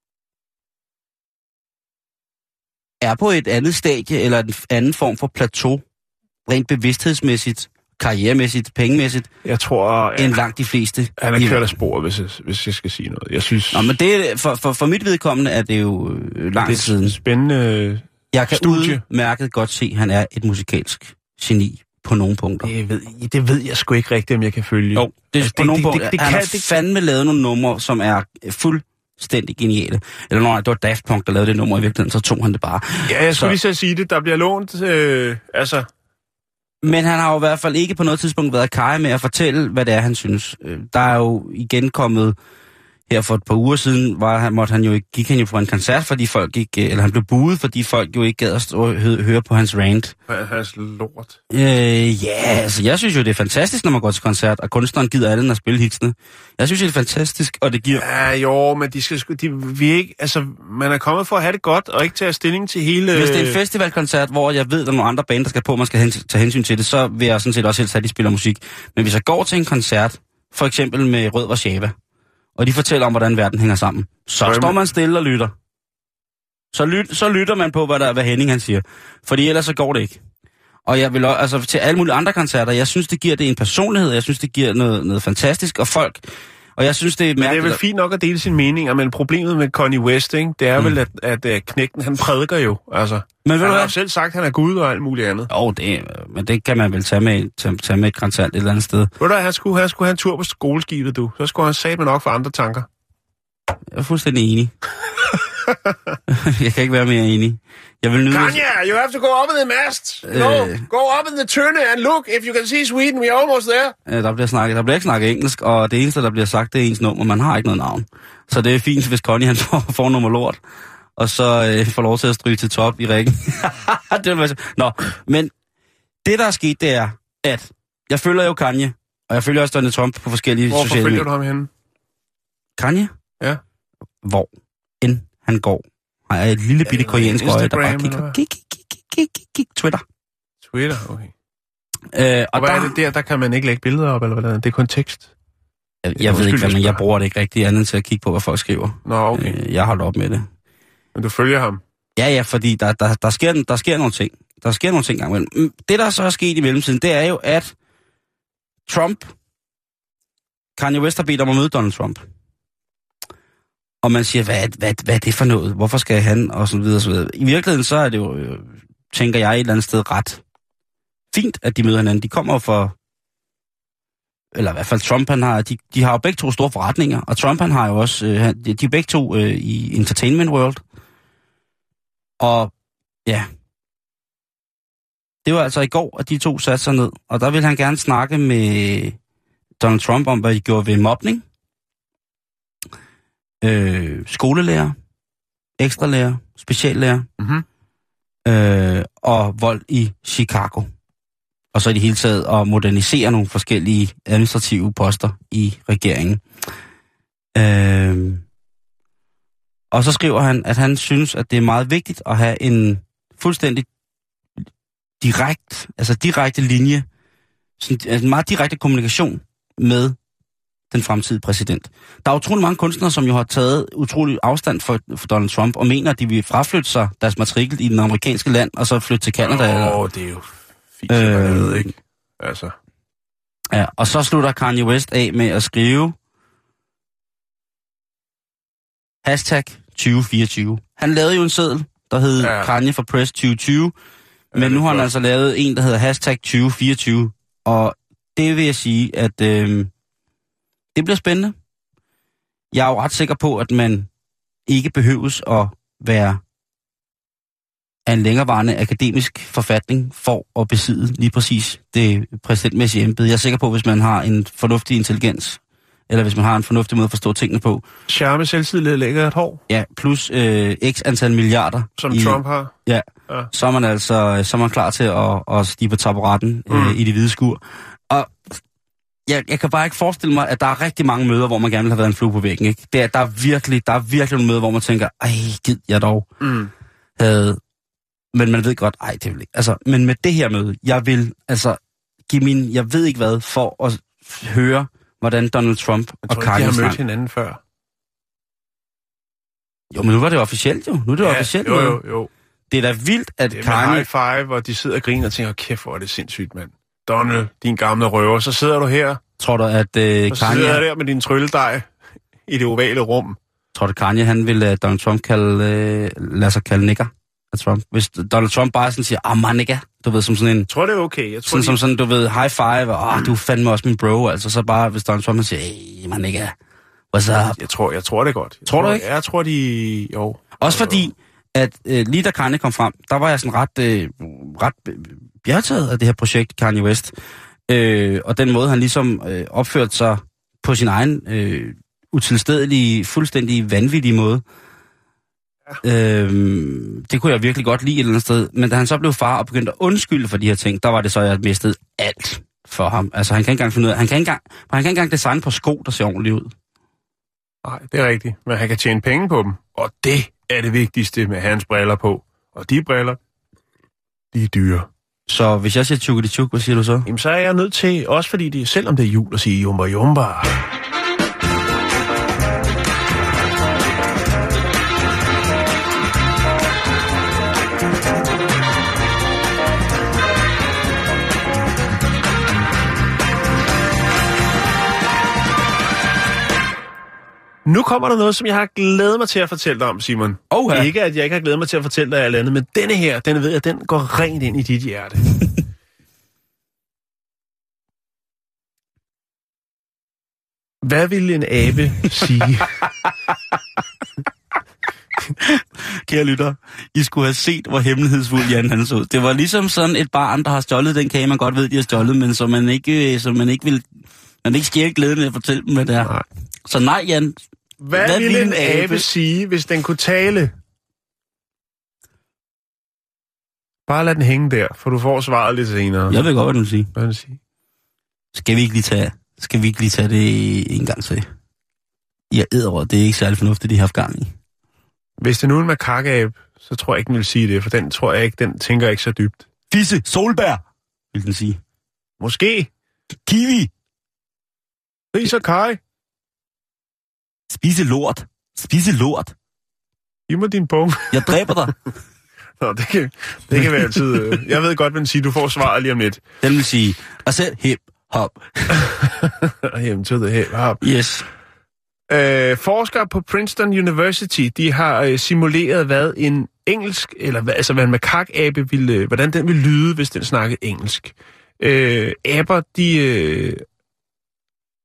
er på et andet stadie, eller en anden form for plateau, rent bevidsthedsmæssigt, karrieremæssigt, pengemæssigt, jeg tror, end ja, langt de fleste. Han er kørt af sporet, hvis jeg, hvis jeg skal sige noget. Jeg synes... Nå, men det, for, for, for mit vedkommende er det jo øh, lang tid siden. Det er et spændende Jeg kan studie. udmærket godt se, at han er et musikalsk geni på nogle punkter. Det ved, det ved jeg sgu ikke rigtigt, om jeg kan følge. Jo, det, altså, på det, nogle det, punkter. Det, det, det han kan, har fandme lavet nogle numre, som er fuldstændig geniale. Eller når det var Daft Punk, der lavede det nummer i virkeligheden, så tog han det bare. Ja, jeg skulle så lige så sige det. Der bliver lånt, øh, altså... Men han har jo i hvert fald ikke på noget tidspunkt været kaj med at fortælle, hvad det er, han synes. Der er jo igen kommet, her for et par uger siden, var han, måtte han jo, gik han jo på en koncert, fordi folk ikke, eller han blev buet, fordi folk jo ikke gad at stå og høre på hans rant. Hans lort. Øh, ja, altså jeg synes jo, det er fantastisk, når man går til koncert, og kunstneren gider alle at spille hitsene. Jeg synes, det er fantastisk, og det giver... Ja, jo, men de skal sgu... De, vi ikke, altså, man er kommet for at have det godt, og ikke tage stilling til hele... Hvis det er en festivalkoncert, hvor jeg ved, at der er nogle andre baner, der skal på, man skal hen, tage hensyn til det, så vil jeg sådan set også helst have, at de spiller musik. Men hvis jeg går til en koncert, for eksempel med Rød Warszawa, og de fortæller om, hvordan verden hænger sammen, så Rømme. står man stille og lytter. Så, lyt, så lytter man på, hvad, der, hvad Henning han siger. Fordi ellers så går det ikke. Og jeg vil også, altså til alle mulige andre koncerter, jeg synes, det giver det en personlighed, jeg synes, det giver noget, noget fantastisk, og folk... Og jeg synes, det er mærkeligt... Men det er vel fint nok at dele sine meninger, men problemet med Kanye West, ikke, det er mm. vel, at, at, at knægten, han prædiker jo, altså. Men han har jo selv sagt, at han er Gud og alt muligt andet. Jo, det, men det kan man vel tage med, tage, tage med et grænsalt et eller andet sted. Ved du, han skulle, han skulle have en tur på skoleskibet, du. Så skulle han satme nok for andre tanker. Jeg er fuldstændig enig. Jeg kan ikke være mere enig. Jeg vil nyde... Kanye, you have to go up in the mast. No, øh... go up in the tønde and look. If you can see Sweden, we are almost there. Der bliver, snakket, der bliver ikke snakket engelsk, og det eneste, der bliver sagt, det er ens nummer. Man har ikke noget navn. Så det er fint, hvis Connie han får, får nummer lort, og så øh, får lov til at stryge til top i rækken. Det var... Nå, men det, der er sket, det er, at jeg følger jo Kanye, og jeg følger også Donald Trump på forskellige Hvorfor sociale medier. Hvorfor følger du ham henne? Kanye? Ja. Hvor end han går, har jeg et lille bitte koreansk øje, der bare kigger. Kig, kig, kig, kig, kig, kig, Twitter. Twitter, okay. Øh, og, og hvad der, er det der? Der kan man ikke lægge billeder op, eller hvad det er? Det er kun tekst? Jeg, jeg ved ikke, hvad, men jeg bruger det ikke rigtig andet til at kigge på, hvad folk skriver. Nå, okay. Øh, jeg holder op med det. Men du følger ham? Ja, ja, fordi der, der, der, sker, der sker nogle ting. Der sker nogle ting gang imellem. Det, der så er sket i mellemtiden, det er jo, at Trump, Kanye West har bedt om at møde Donald Trump. Og man siger, hvad, hvad, hvad er det for noget? Hvorfor skal han? Og så videre, så videre. I virkeligheden, så er det jo, tænker jeg, et eller andet sted ret fint, at de møder hinanden. De kommer for, eller i hvert fald Trump, han har, de, de har jo begge to store forretninger, og Trump, han har jo også, de er begge to øh, i entertainment world. Og Ja. Det var altså i går, at de to satte sig ned, og der ville han gerne snakke med Donald Trump om, hvad de gjorde ved mobning, øh, skolelærer, ekstralærer, speciallærer, Mm-hmm. øh, og vold i Chicago. Og så i det hele taget at modernisere nogle forskellige administrative poster i regeringen. Øh, og så skriver han, at han synes, at det er meget vigtigt at have en fuldstændig direkt, altså direkte linje, sådan en meget direkte kommunikation med den fremtidige præsident. Der er utrolig mange kunstnere, som jo har taget utrolig afstand for, for Donald Trump, og mener, at de vil fraflytte sig deres matrikel i den amerikanske land, og så flytte til Canada. Åh, oh, det er jo fint, øh, jeg ved, ikke? Altså. Ja, og så slutter Kanye West af med at skrive hashtag tyve fireogtyve. Han lavede jo en seddel, der hed ja. Kanye for Press tyve tyve, men ja, nu har han altså lavet en, der hedder hashtag tyve fireogtyve, og det vil jeg sige, at øh, det bliver spændende. Jeg er jo ret sikker på, at man ikke behøves at være af en længerevarende akademisk forfatning for at besidde lige præcis det præsidentmæssige embede. Jeg er sikker på, hvis man har en fornuftig intelligens, eller hvis man har en fornuftig måde at forstå tingene på. Charme, selvtillid, lægger et hår. Ja, plus øh, x antal milliarder. Som i, Trump har. Ja, ja, så er man altså så er man klar til at, at stige på taburetten mm. øh, i det hvide skur. Og jeg, jeg kan bare ikke forestille mig, at der er rigtig mange møder, hvor man gerne vil have været en flue på væggen. Ikke? Det er, der, er virkelig, der er virkelig nogle møder, hvor man tænker, ej, gid jeg dog mm. havde... Men man ved godt, ej, det vil ikke. Altså, men med det her møde, jeg vil altså give min, jeg ved ikke hvad, for at høre, hvordan Donald Trump jeg og tror, Kanye de har snakker. mødt hinanden før. Jo, men nu var det officielt jo. Nu er det ja, officielt. Jo, jo, jo. Det er da vildt, at det er Kanye... high five, hvor de sidder og griner og tænker, kæft, hvor er det sindssygt, mand. Donald, din gamle røver, så sidder du her. Tror du, at øh, så Kanye... sidder der med din trylledej i det ovale rum. Tror du, Kanye, han vil uh, Donald Trump kalde, uh, lade sig kalde nigger af Trump? Hvis Donald Trump bare sådan siger, ah, man nigger, du ved, som sådan en... Jeg tror, det er okay. Jeg tror, sådan, de... som sådan, du ved, high five, og ah, du er fandme også min bro, altså så bare, hvis Donald Trump siger, hey, man nigger, what's up? Jeg tror, jeg tror det godt. Jeg tror, tror du ikke? Jeg tror, de... Jo. Også fordi, at øh, lige da Kanye kom frem, der var jeg sådan ret, øh, ret bjergtaget af det her projekt, Kanye West. Øh, og den måde, han ligesom øh, opførte sig på sin egen øh, utilstedelige, fuldstændig vanvittige måde. Ja. Øh, det kunne jeg virkelig godt lide et eller andet sted. Men da han så blev far og begyndte at undskylde for de her ting, der var det så, at jeg mistede alt for ham. Altså, han kan ikke engang finde ud af, han kan ikke engang, han kan ikke engang designe på sko, der ser ordentligt ud. Nej, det er rigtigt. Men han kan tjene penge på dem. Og det er det vigtigste med hans briller på. Og de briller, de er dyre. Så hvis jeg siger tjukkedi tjuk, hvad siger du så? Jamen, så er jeg nødt til, også fordi det, selvom det er jul, at sige jumba jumba. Nu kommer der noget, som jeg har glædet mig til at fortælle dig om, Simon. Oha. Ikke, at jeg ikke har glædet mig til at fortælle dig alt andet, men denne her, den ved jeg, den går rent ind i dit hjerte. Hvad ville en abe sige? Kære lytter, I skulle have set, hvor hemmelighedsfuld Jan han så ud. Det var ligesom sådan et barn, der har stjålet den kage, man godt ved, de har stjålet, men som man ikke, som man ikke vil, man ikke stjæle glæden ved at fortælle dem, hvad det er. Nej. Så nej, Jan. Hvad, hvad ville en abe, abe sige, hvis den kunne tale? Bare lad den hænge der, for du får svaret lidt senere. Jeg ved godt, hvad du vil sige. Hvad vil du sige? Skal vi ikke lige tage, skal vi ikke lige tage det en gang til? Ja, æderråd, det er ikke særlig fornuftigt, de har haft gang i. Hvis det nu er en makakabe, så tror jeg ikke, den vil sige det, for den tror jeg ikke, den tænker ikke så dybt. Fisse, solbær, vil den sige. Måske. Kiwi. Ris og kaj. Spise lort. Spise lort. Giv mig din bong. Jeg dræber dig. Nå, det kan, det kan være altid... Jeg ved godt, hvad den siger. Du får svaret lige om lidt. Den vil sige, og selv hip, hop. Hjem to the hip, hop. Yes. Øh, forskere på Princeton University, de har øh, simuleret, hvad en engelsk, eller hvad, altså hvad en makakabe ville, hvordan den ville lyde, hvis den snakkede engelsk. Øh, aber, de... Øh,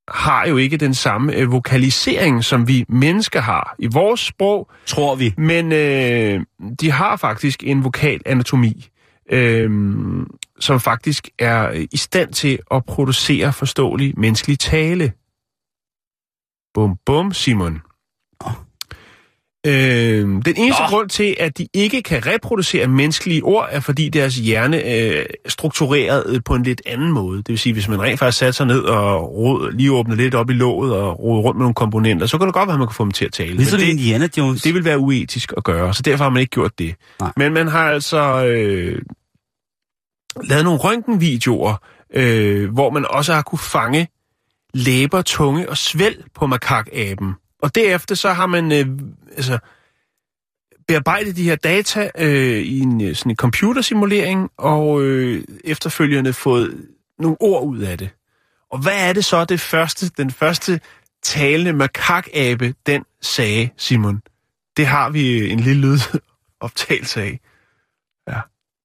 har jo ikke den samme øh, vokalisering, som vi mennesker har i vores sprog. Tror vi. Men øh, de har faktisk en vokalanatomi, øh, som faktisk er i stand til at producere forståelig menneskelig tale. Bum, bum, Simon. Oh. Øh, den eneste oh. grund til, at de ikke kan reproducere menneskelige ord, er fordi deres hjerne er struktureret på en lidt anden måde. Det vil sige, hvis man rent faktisk satte sig ned og rod, lige åbne lidt op i låget og rode rundt med nogle komponenter, så kan det godt være, at man kan få dem til at tale. Ligesom det, Indiana Jones. Det vil være uetisk at gøre, så derfor har man ikke gjort det. Nej. Men man har altså øh, lavet nogle røntgenvideoer, øh, hvor man også har kunne fange læber, tunge og svælg på makakaben. Og derefter så har man øh, altså, bearbejdet de her data øh, i en sådan en computersimulering, og øh, efterfølgende fået nogle ord ud af det. Og hvad er det så, det første, den første talende makakabe, den sagde, Simon? Det har vi en lille lydoptagelse af. Ja.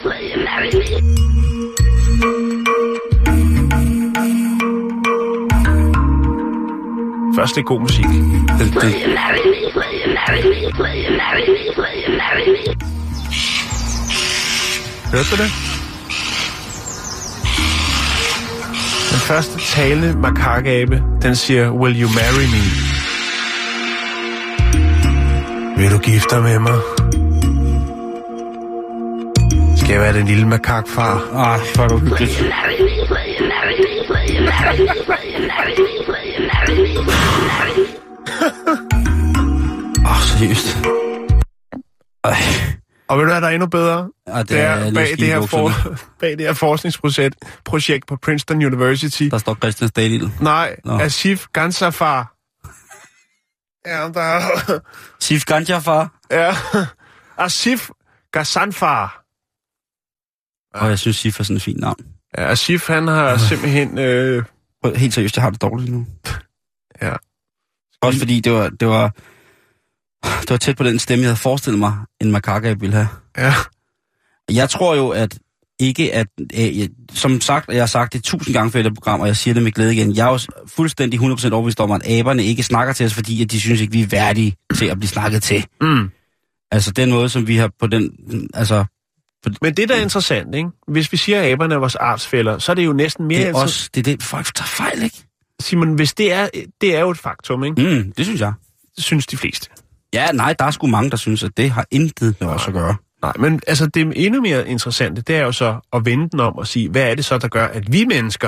Først lidt god musik. Den, den. Hørte du det? Den første talende makakabe, den siger, will you marry me? Vil du gifte dig med mig? Skal jeg være den lille makakfar? Ej, hvor er du hyggeligt. Åh, oh, seriøst. Ej. Og ved du hvad, der er endnu bedre? Ja, det det er, er bag, det her for, bag det her forskningsprojekt projekt på Princeton University. Der står Christian Stadil. Nej, no. Asif Ghansafar. Ja, der er... Asif Ghansafar? Ja, Asif Ghansafar. Og jeg synes, Asif er sådan et fint navn. Ja, Asif, han har ja. simpelthen... Øh... Helt seriøst, jeg har det dårligt nu. Ja. Også fordi det var, det var... Det var tæt på den stemme, jeg havde forestillet mig, en makakabe ville have. Ja. Jeg tror jo, at ikke at... Øh, jeg, som sagt, og jeg har sagt det tusind gange før i det program, og jeg siger det med glæde igen. Jeg er jo fuldstændig hundrede procent overbevist om, at aberne ikke snakker til os, fordi at de synes ikke, vi er værdige til at blive snakket til. Mm. Altså den måde, som vi har på den... Altså, på, Men det, der er interessant, ikke? Hvis vi siger, at aberne er vores artsfæller, så er det jo næsten mere... Det er også... Det er det, folk tager fejl, ikke? Simon, hvis det er... Det er jo et faktum, ikke? Mm, det synes jeg. Det synes de fleste. Ja, nej, der er sgu mange, der synes, at det har intet med os at gøre. Nej, men altså det endnu mere interessante, det er jo så at vende den om og sige, hvad er det så, der gør, at vi mennesker,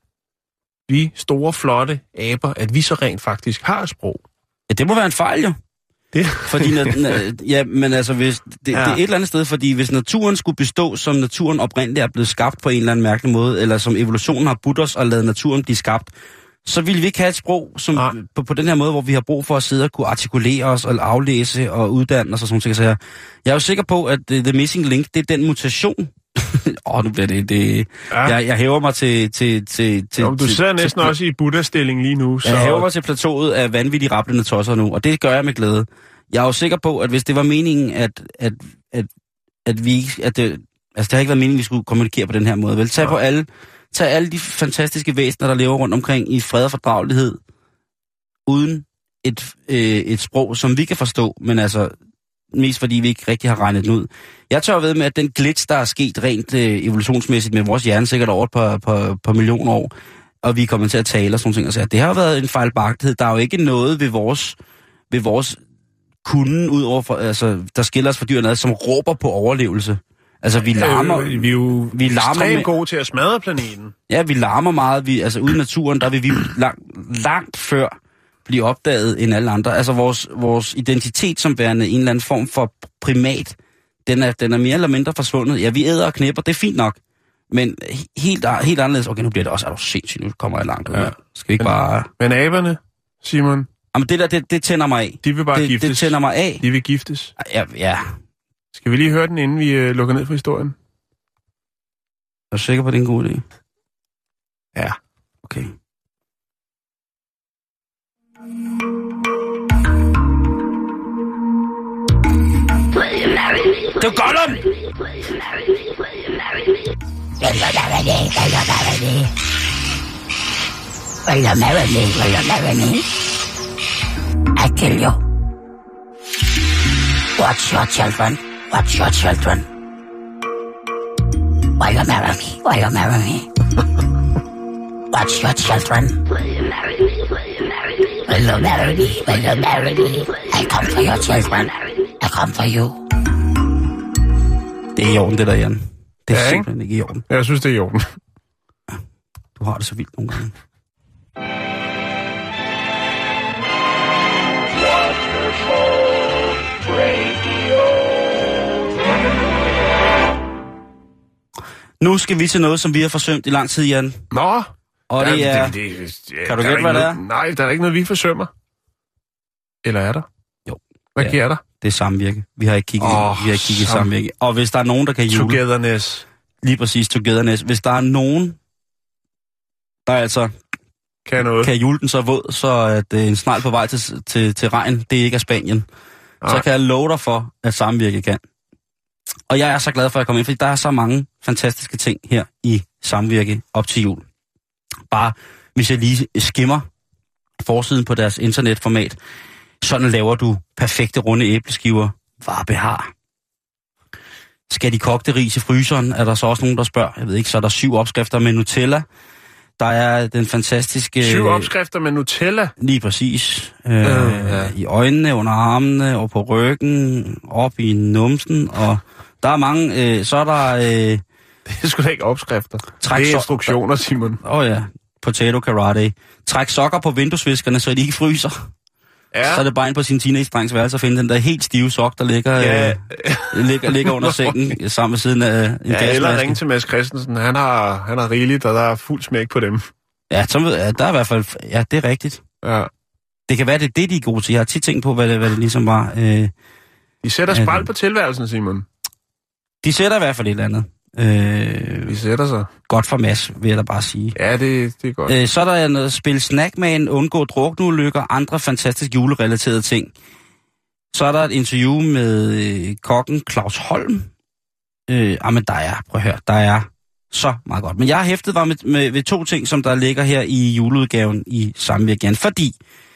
vi store, flotte aber, at vi så rent faktisk har et sprog? Ja, det må være en fejl, jo. Det? Fordi, ja, men altså, hvis, det, ja. det er et eller andet sted, fordi hvis naturen skulle bestå, som naturen oprindeligt er blevet skabt på en eller anden mærkelig måde, eller som evolutionen har budt os og lavet naturen blive skabt, så ville vi ikke have et sprog som, på, på den her måde, hvor vi har brug for at sidde og kunne artikulere os, og aflæse og uddanne os og sådan noget. Så jeg, jeg er jo sikker på, at The Missing Link, det er den mutation. Åh, oh, nu bliver det... det ja. jeg, jeg hæver mig til... til, til, til Nå, du til, sidder næsten til, også i Buddha-stilling lige nu. Så... Jeg hæver mig til plateauet af vanvittigt rablende tosser nu, og det gør jeg med glæde. Jeg er jo sikker på, at hvis det var meningen, at, at, at, at vi... At det, altså, det har ikke været meningen, at vi skulle kommunikere på den her måde. Vel, tag ja. på alle... Tag alle de fantastiske væsener, der lever rundt omkring i fred og fordragelighed, uden et, øh, et sprog, som vi kan forstå, men altså mest fordi vi ikke rigtig har regnet den ud. Jeg tør ved med, at den glitch, der er sket rent øh, evolutionsmæssigt med vores hjerne, sikkert over et par, par, par millioner år, og vi er kommet til at tale og sådan ting, og så, det har været en fejlbagtighed. Der er jo ikke noget ved vores, ved vores kunden, ud over for, altså, der skiller os fra dyrene, som råber på overlevelse. Altså, vi larmer... Øh, vi er jo vi larmer ekstremt med, gode til at smadre planeten. Ja, vi larmer meget. Vi, altså, ude i naturen, der vil vi langt, langt før blive opdaget end alle andre. Altså, vores, vores identitet som værende en eller anden form for primat, den er, den er mere eller mindre forsvundet. Ja, vi æder og knæpper, det er fint nok. Men helt, helt anderledes... Okay, nu bliver det også... Er du sindssygt, nu kommer jeg langt ud. Ja. Skal vi ikke men, bare... Men aberne, Simon... Jamen, det der, det, det tænder mig af. De vil bare det, giftes. Det tænder mig af. De vil giftes. Ja, ja. Skal vi lige høre den, inden vi øh, lukker ned for historien? Er du sikker på, at det er en god idé? Ja. Okay. Det er Gollum! Will you marry me? Will you marry me? I kill you. Watch your children. Watch your children. Will you marry me? Will you marry me? Watch your children. Will you marry me? Will you marry me? Will you marry me? Will you marry me? I come for your children. I come for you. Det er i orden, det der, Jan. Det er ja, simpelthen ikke i orden. Jeg synes, det er i orden. Du har det så vildt nogle gange. Nu skal vi til noget, som vi har forsømt i lang tid, Jan. Nå. Og det er... Det, det, det, kan du gætte, hvad det er? Nej, der er ikke noget, vi forsømmer. Eller er der? Jo. Hvad ja, giver der? Det er samvirke. Vi har ikke kigget, oh, vi har ikke kigget sam... samvirke. Og hvis der er nogen, der kan jule... Togetherness. Lige præcis, togetherness. Hvis der er nogen, der altså... Kan noget. Kan jule den så våd, så at øh, en snegl på vej til, til, til regn, det ikke er Spanien. Nej. Så kan jeg love dig for, at samvirke kan. Og jeg er så glad for, at jeg kommer ind, fordi der er så mange fantastiske ting her i samvirke op til jul. Bare hvis jeg lige skimmer forsiden på deres internetformat, sådan laver du perfekte runde æbleskiver. Varebehar. Skal de kogte ris i fryseren? Er der så også nogen, der spørger? Jeg ved ikke, så er der syv opskrifter med Nutella. Der er den fantastiske... Syv opskrifter med Nutella? Lige præcis. Øh, øh, ja. I øjnene, under armene, og på ryggen, op i numsen, og der er mange... Øh, så er der... Øh, det er sgu da ikke opskrifter. Det er instruktioner, Simon. Åh oh, ja. Potato karate. Træk sokker på vinduesviskerne, så de ikke fryser. Ja. Så er det bare ind på sin teenage-drengs værelse at finde den der helt stive sok, der ligger, ja. øh, ligger, ligger under sengen sammen ved siden af en ja, gasmaske. Eller ringe til Mads Christensen. Han har, han har rigeligt, og der er fuld smæk på dem. Ja, så, ja, der er i hvert fald... Ja, det er rigtigt. Ja. Det kan være, det er det, de er gode til. Jeg har tit tænkt på, hvad det, hvad det ligesom var. Øh, de sætter spræl på tilværelsen, Simon. De sætter i hvert fald et eller andet. Øh, de sætter sig. Godt for Mads, vil jeg da bare sige. Ja, det, det er godt. Øh, så er der noget spil Snackman, undgå drukneulykker, andre fantastiske julerelaterede ting. Så er der et interview med øh, kokken Claus Holm. Øh, ah, men der er, prøv at høre, der er så meget godt. Men jeg har hæftet var med, med, med to ting, som der ligger her i juleudgaven i samvirke, fordi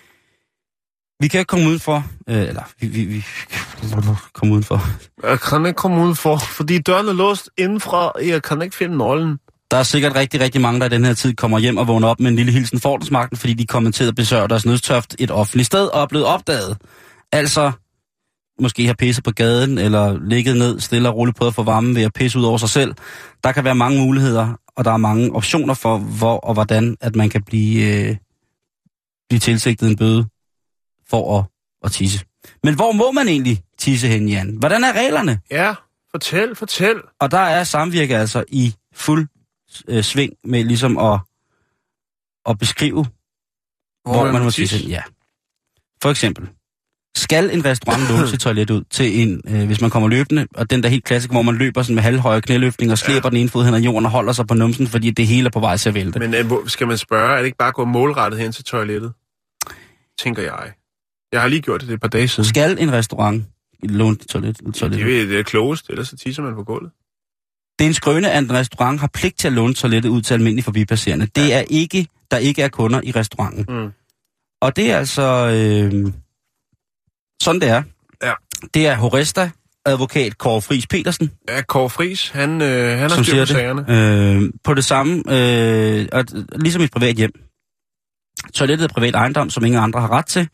vi kan ikke komme udenfor, øh, eller vi, vi, vi kan komme udenfor. Jeg kan ikke komme udenfor, fordi døren er låst indenfra, jeg kan ikke finde nøglen. Der er sikkert rigtig, rigtig mange, der i den her tid kommer hjem og vågner op med en lille hilsen for ordensmagten, fordi de kommer til at besøge deres nødstørft et offentligt sted og er blevet opdaget. Altså, måske har pisset på gaden, eller ligget ned stille og roligt på at få varmen ved at pisse ud over sig selv. Der kan være mange muligheder, og der er mange optioner for, hvor og hvordan, at man kan blive, øh, blive tilsigtet en bøde for at, at tisse. Men hvor må man egentlig tisse hen, Jan? Hvordan er reglerne? Ja, fortæl, fortæl. Og der er samvirke altså i fuld øh, sving med ligesom at, at beskrive, hvor, hvor man, man må tisse hen. Ja. For eksempel, skal en restaurant låne sit toilet ud til en, øh, hvis man kommer løbende, og den der helt klassisk, hvor man løber sådan med halvhøje knæløftning og slæber ja. den ene fod hen ad jorden og holder sig på numsen, fordi det hele er på vej til at vælte. Men øh, skal man spørge, er det ikke bare at gå målrettet hen til toilettet? Tænker jeg. Jeg har lige gjort det et par dage siden. Skal en restaurant låne toilet? toilet? Ja, det, det er klogest, ellers så tisser man på gulvet. Det er en skrøne, at en restaurant har pligt til at låne toilettet ud til almindelige forbipasserende. Det ja. er ikke, der ikke er kunder i restauranten. Mm. Og det er altså... Øh, sådan det er. Ja. Det er Horesta, advokat Kåre Friis Petersen. Ja, Kåre Friis, han, øh, han har styr på sagerne. Øh, på det samme, øh, og, ligesom i et privat hjem. Toilettet er privat ejendom, som ingen andre har ret til.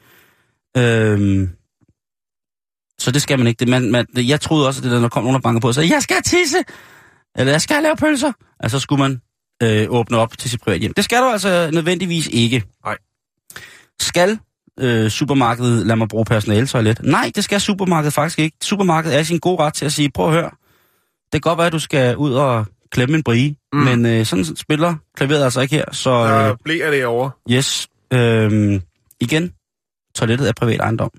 Øh, så det skal man ikke. Det, man, man, jeg troede også, at det der, når der kom nogen, der banker på og sagde, jeg skal tisse, eller jeg skal lave pølser. Altså skulle man øh, åbne op til sit privat hjem. Det skal du altså nødvendigvis ikke. Nej. Skal øh, supermarkedet lade mig bruge personaletoilet? Nej, det skal supermarkedet faktisk ikke. Supermarkedet er i sin gode ret til at sige, prøv at høre, det kan godt være, at du skal ud og klemme en brie, mm. men øh, sådan spiller klaveret altså ikke her. Så øh, der bliver det over. Yes. Øh, igen, toilettet er privat ejendom.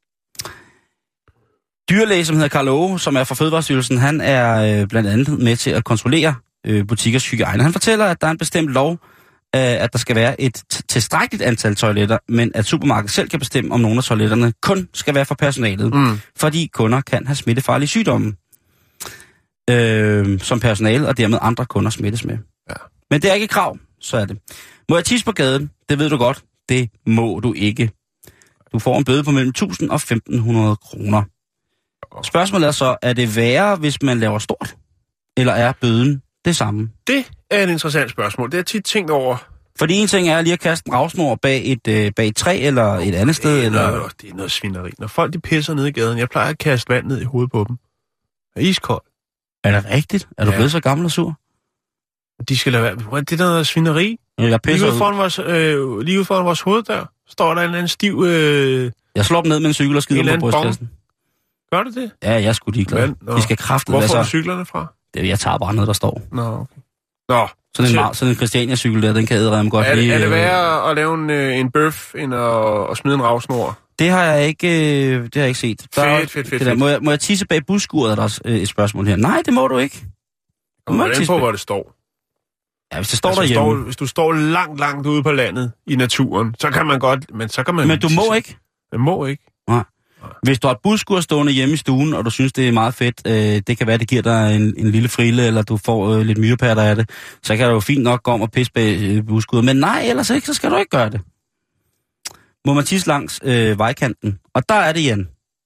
Dyrlæge, som hedder Karl Åge, som er fra Fødevarestyrelsen, han er øh, blandt andet med til at kontrollere øh, butikkers hygiejne. Han fortæller, at der er en bestemt lov, øh, at der skal være et t- tilstrækkeligt antal toiletter, men at supermarkedet selv kan bestemme, om nogle af toiletterne kun skal være for personalet, mm. fordi kunder kan have smittefarlige sygdomme, øh, som personalet og dermed andre kunder smittes med. Ja. Men det er ikke et krav, så er det. Må jeg tisse på gaden? Det ved du godt. Det må du ikke. Du får en bøde på mellem tusind og femten hundrede kroner. Spørgsmålet er så, er det værre, hvis man laver stort? Eller er bøden det samme? Det er et interessant spørgsmål. Det har jeg tit tænkt over. Fordi en ting er lige at kaste en ravsnor bag et, øh, bag et træ eller et andet sted. Det er, eller... noget, det er noget svineri. Når folk de pisser ned i gaden, jeg plejer at kaste vand ned i hovedet på dem. Er iskold. Er det rigtigt? Er du ja. blevet så gammel og sur? De skal lade være. Det er noget svineri. Jeg lige ude foran vores, øh, lige ude foran vores hoveddør står der en eller anden stiv... Øh... Jeg slår dem ned med en cykel og skider dem på brystkassen. Gør du det? Ja, jeg er sgu ligeglad. De skal kraftigt være så... Hvor får du cyklerne fra? Det, jeg tager bare noget, der står. Nå, okay. Nå. Sådan en, mar- sådan en Christiania-cykel der, den kan ædre dem godt er, lige... Er det værre at lave en, en bøf, end at, at smide en ravsnor? Det har jeg ikke, det har jeg ikke set. Der fedt, fedt, fedt, fedt. Må, jeg, må jeg tisse bag busskuret, er der også et spørgsmål her. Nej, det må du ikke. Du må ikke på, hvor det står. Ja, hvis det står altså, derhjemme. Står, hvis du står langt, langt ude på landet i naturen, så kan man godt... Men, så kan man men du må ikke? Man må ikke. Nej. Hvis du har et busskur stående hjemme i stuen, og du synes, det er meget fedt, øh, det kan være, det giver dig en, en lille frille, eller du får øh, lidt myrepatter af det, så kan du jo fint nok gå om og pisse bag øh, busskuret. Men nej, ellers ikke, så skal du ikke gøre det. Må man tisse langs øh, vejkanten. Og der er det igen.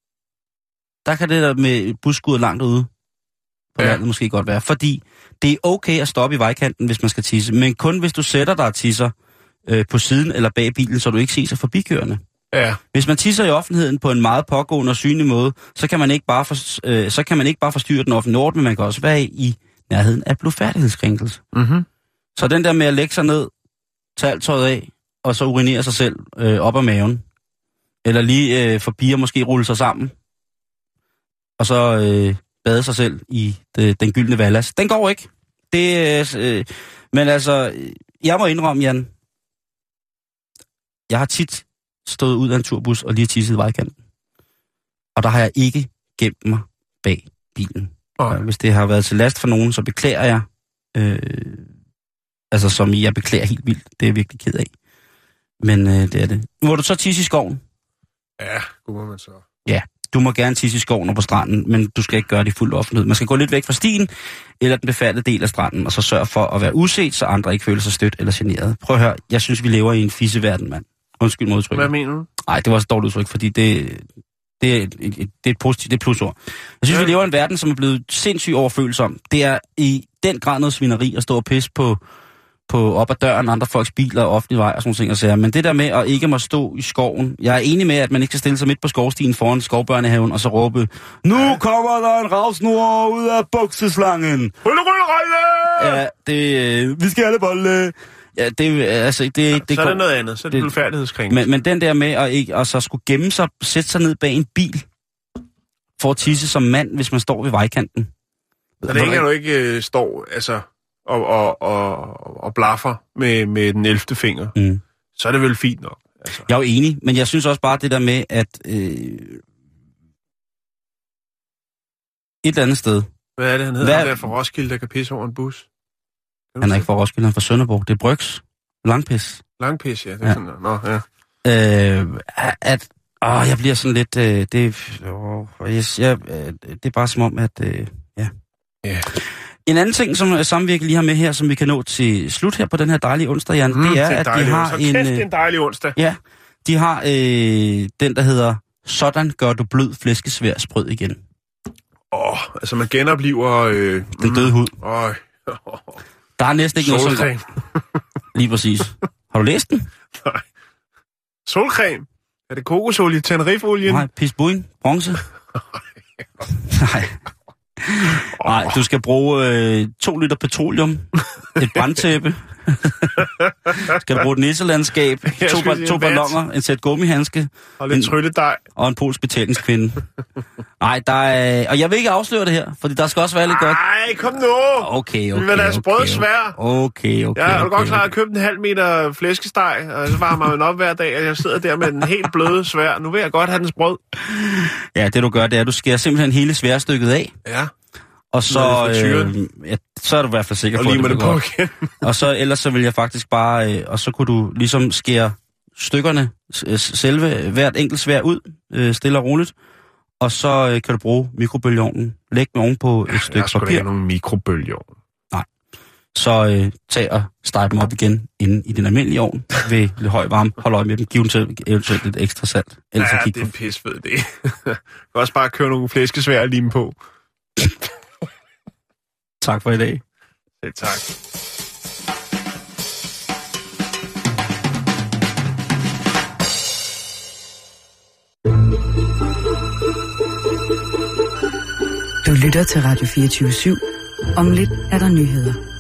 Der kan det der med busskuret langt ude på ja. landet måske godt være. Fordi det er okay at stoppe i vejkanten, hvis man skal tisse. Men kun hvis du sætter dig og tisser øh, på siden eller bag bilen, så du ikke ses af forbikørende. Ja. Hvis man tisser i offentligheden på en meget pågående og synlig måde, så kan man ikke bare, for, øh, så kan man ikke bare forstyrre den offentlige orden, men man kan også være i nærheden af blodfærdighedskrænkelse. Mm-hmm. Så den der med at lægge sig ned, tage alt tøjet af, og så urinere sig selv øh, op ad maven, eller lige øh, forbi og måske rulle sig sammen, og så øh, bade sig selv i det, den gyldne vallas. Den går ikke. Det, øh, men altså, jeg må indrømme, Jan, jeg har tit stået ud af en turbus og lige tisset i vejkanten. Og der har jeg ikke gemt mig bag bilen. Okay. Hvis det har været til last for nogen, så beklager jeg. Øh, altså som I, jeg beklager helt vildt. Det er jeg virkelig ked af. Men øh, det er det. Må du så tisse i skoven? Ja, det må man så. Ja, du må gerne tisse i skoven og på stranden, men du skal ikke gøre det i fuld offentlighed. Man skal gå lidt væk fra stien, eller den befærdede del af stranden, og så sørge for at være uset, så andre ikke føler sig stødt eller generet. Prøv at høre, jeg synes, vi lever i en fisseverden, mand. Undskyld mod udtrykket. Hvad mener du? Nej, det var så dårligt udtryk, fordi det, det, er et, et, det er et positivt, det er et plusord. Jeg synes, ja. vi lever i en verden, som er blevet sindssygt overfølsom. Det er i den grad noget svineri at stå og pisse på, på op ad døren, andre folks biler og offentlig vej og sådan ting og sager. Men det der med at ikke må stå i skoven, jeg er enig med, at man ikke skal stille sig midt på skovstien foran skovbørnehaven og så råbe, nu ja. kommer der en ravsnor ud af bukseslangen. Rulle, rulle, rulle! Ja, det, vi skal alle bolle. Ja, det, altså, det, ja, det så går, er det noget andet, så er det, det blodfærdighedskrænkelse. Men, men den der med at, ikke, at så skulle gemme sig, sætte sig ned bag en bil, for at tisse som mand, hvis man står ved vejkanten. Så det er ikke, at du ikke øh, står altså, og, og, og, og blaffer med, med den ellevte finger, mm. så er det vel fint nok. Altså. Jeg er jo enig, men jeg synes også bare det der med, at øh, et eller andet sted... Hvad er det, han hedder? Hvad... Han er fra Roskilde, der kan pisse over en bus. Han er ikke fra Roskilde, han er fra Sønderborg. Det er Bryggs. Langpis. Langpis, ja. Det er ja. sådan, nå, ja. Øh, at, åh, jeg bliver sådan lidt, øh, det, åh, jeg, jeg, øh, det er bare som om, at, øh, ja. Yeah. En anden ting, som Samvirke lige har med her, som vi kan nå til slut her på den her dejlige onsdag, Jan, mm, det er, at de har onsdag. en... Kæft, det er en dejlig onsdag. Ja, de har øh, den, der hedder, sådan gør du blød flæskesvær sprød igen. Åh, oh, altså man genopliver... Øh, den døde hud. Åh, oh. Der er næsten ikke Solcreme. noget som... Lige præcis. Har du læst den? Nej. Solcreme? Er det kokosolie, Tenerife-olien? Nej, pisbuin, bronze. Nej. Nej, du skal bruge øh, to liter petroleum, et brandtæppe, skal du bruge et nisselandskab, to, ba- to balloner, en sæt gummihandske, og lidt trylledej, og en polsk betalingskvinde. Nej, der er... Og jeg vil ikke afsløre det her, fordi der skal også være lidt godt... Nej, kom nu! Okay, okay, Vi vil da have sprød svær. Okay, okay, Ja, er du okay, godt klar okay. at købe en halv meter flæskesteg, og så varmer man op hver dag, og jeg sidder der med en helt bløde svær. Nu vil jeg godt have den sprød. Ja, det du gør, det er, at du skærer simpelthen hele sværstykket af. Ja. Og så, øh, ja, så er du i hvert fald sikker på, at det, det på igen. Og så ellers så vil jeg faktisk bare, øh, og så kunne du ligesom skære stykkerne, selve hvert enkelt svær ud, øh, stille og roligt, og så øh, kan du bruge mikrobølgeovnen. Læg den oven på et ja, stykke jeg papir. Jeg nogen mikrobølgeovn. Nej. så øh, tag og steg dem op igen inde i den almindelige ovn ved lidt høj varme. Hold øje med dem, giv dem til eventuelt lidt ekstra salt. Ellers ja, det er pissfed det. Du kan også bare køre nogle flæskesvær og lime på. Tak for i dag. Selv tak. Du lytter til Radio fireogtyve syv. Om lidt er der nyheder.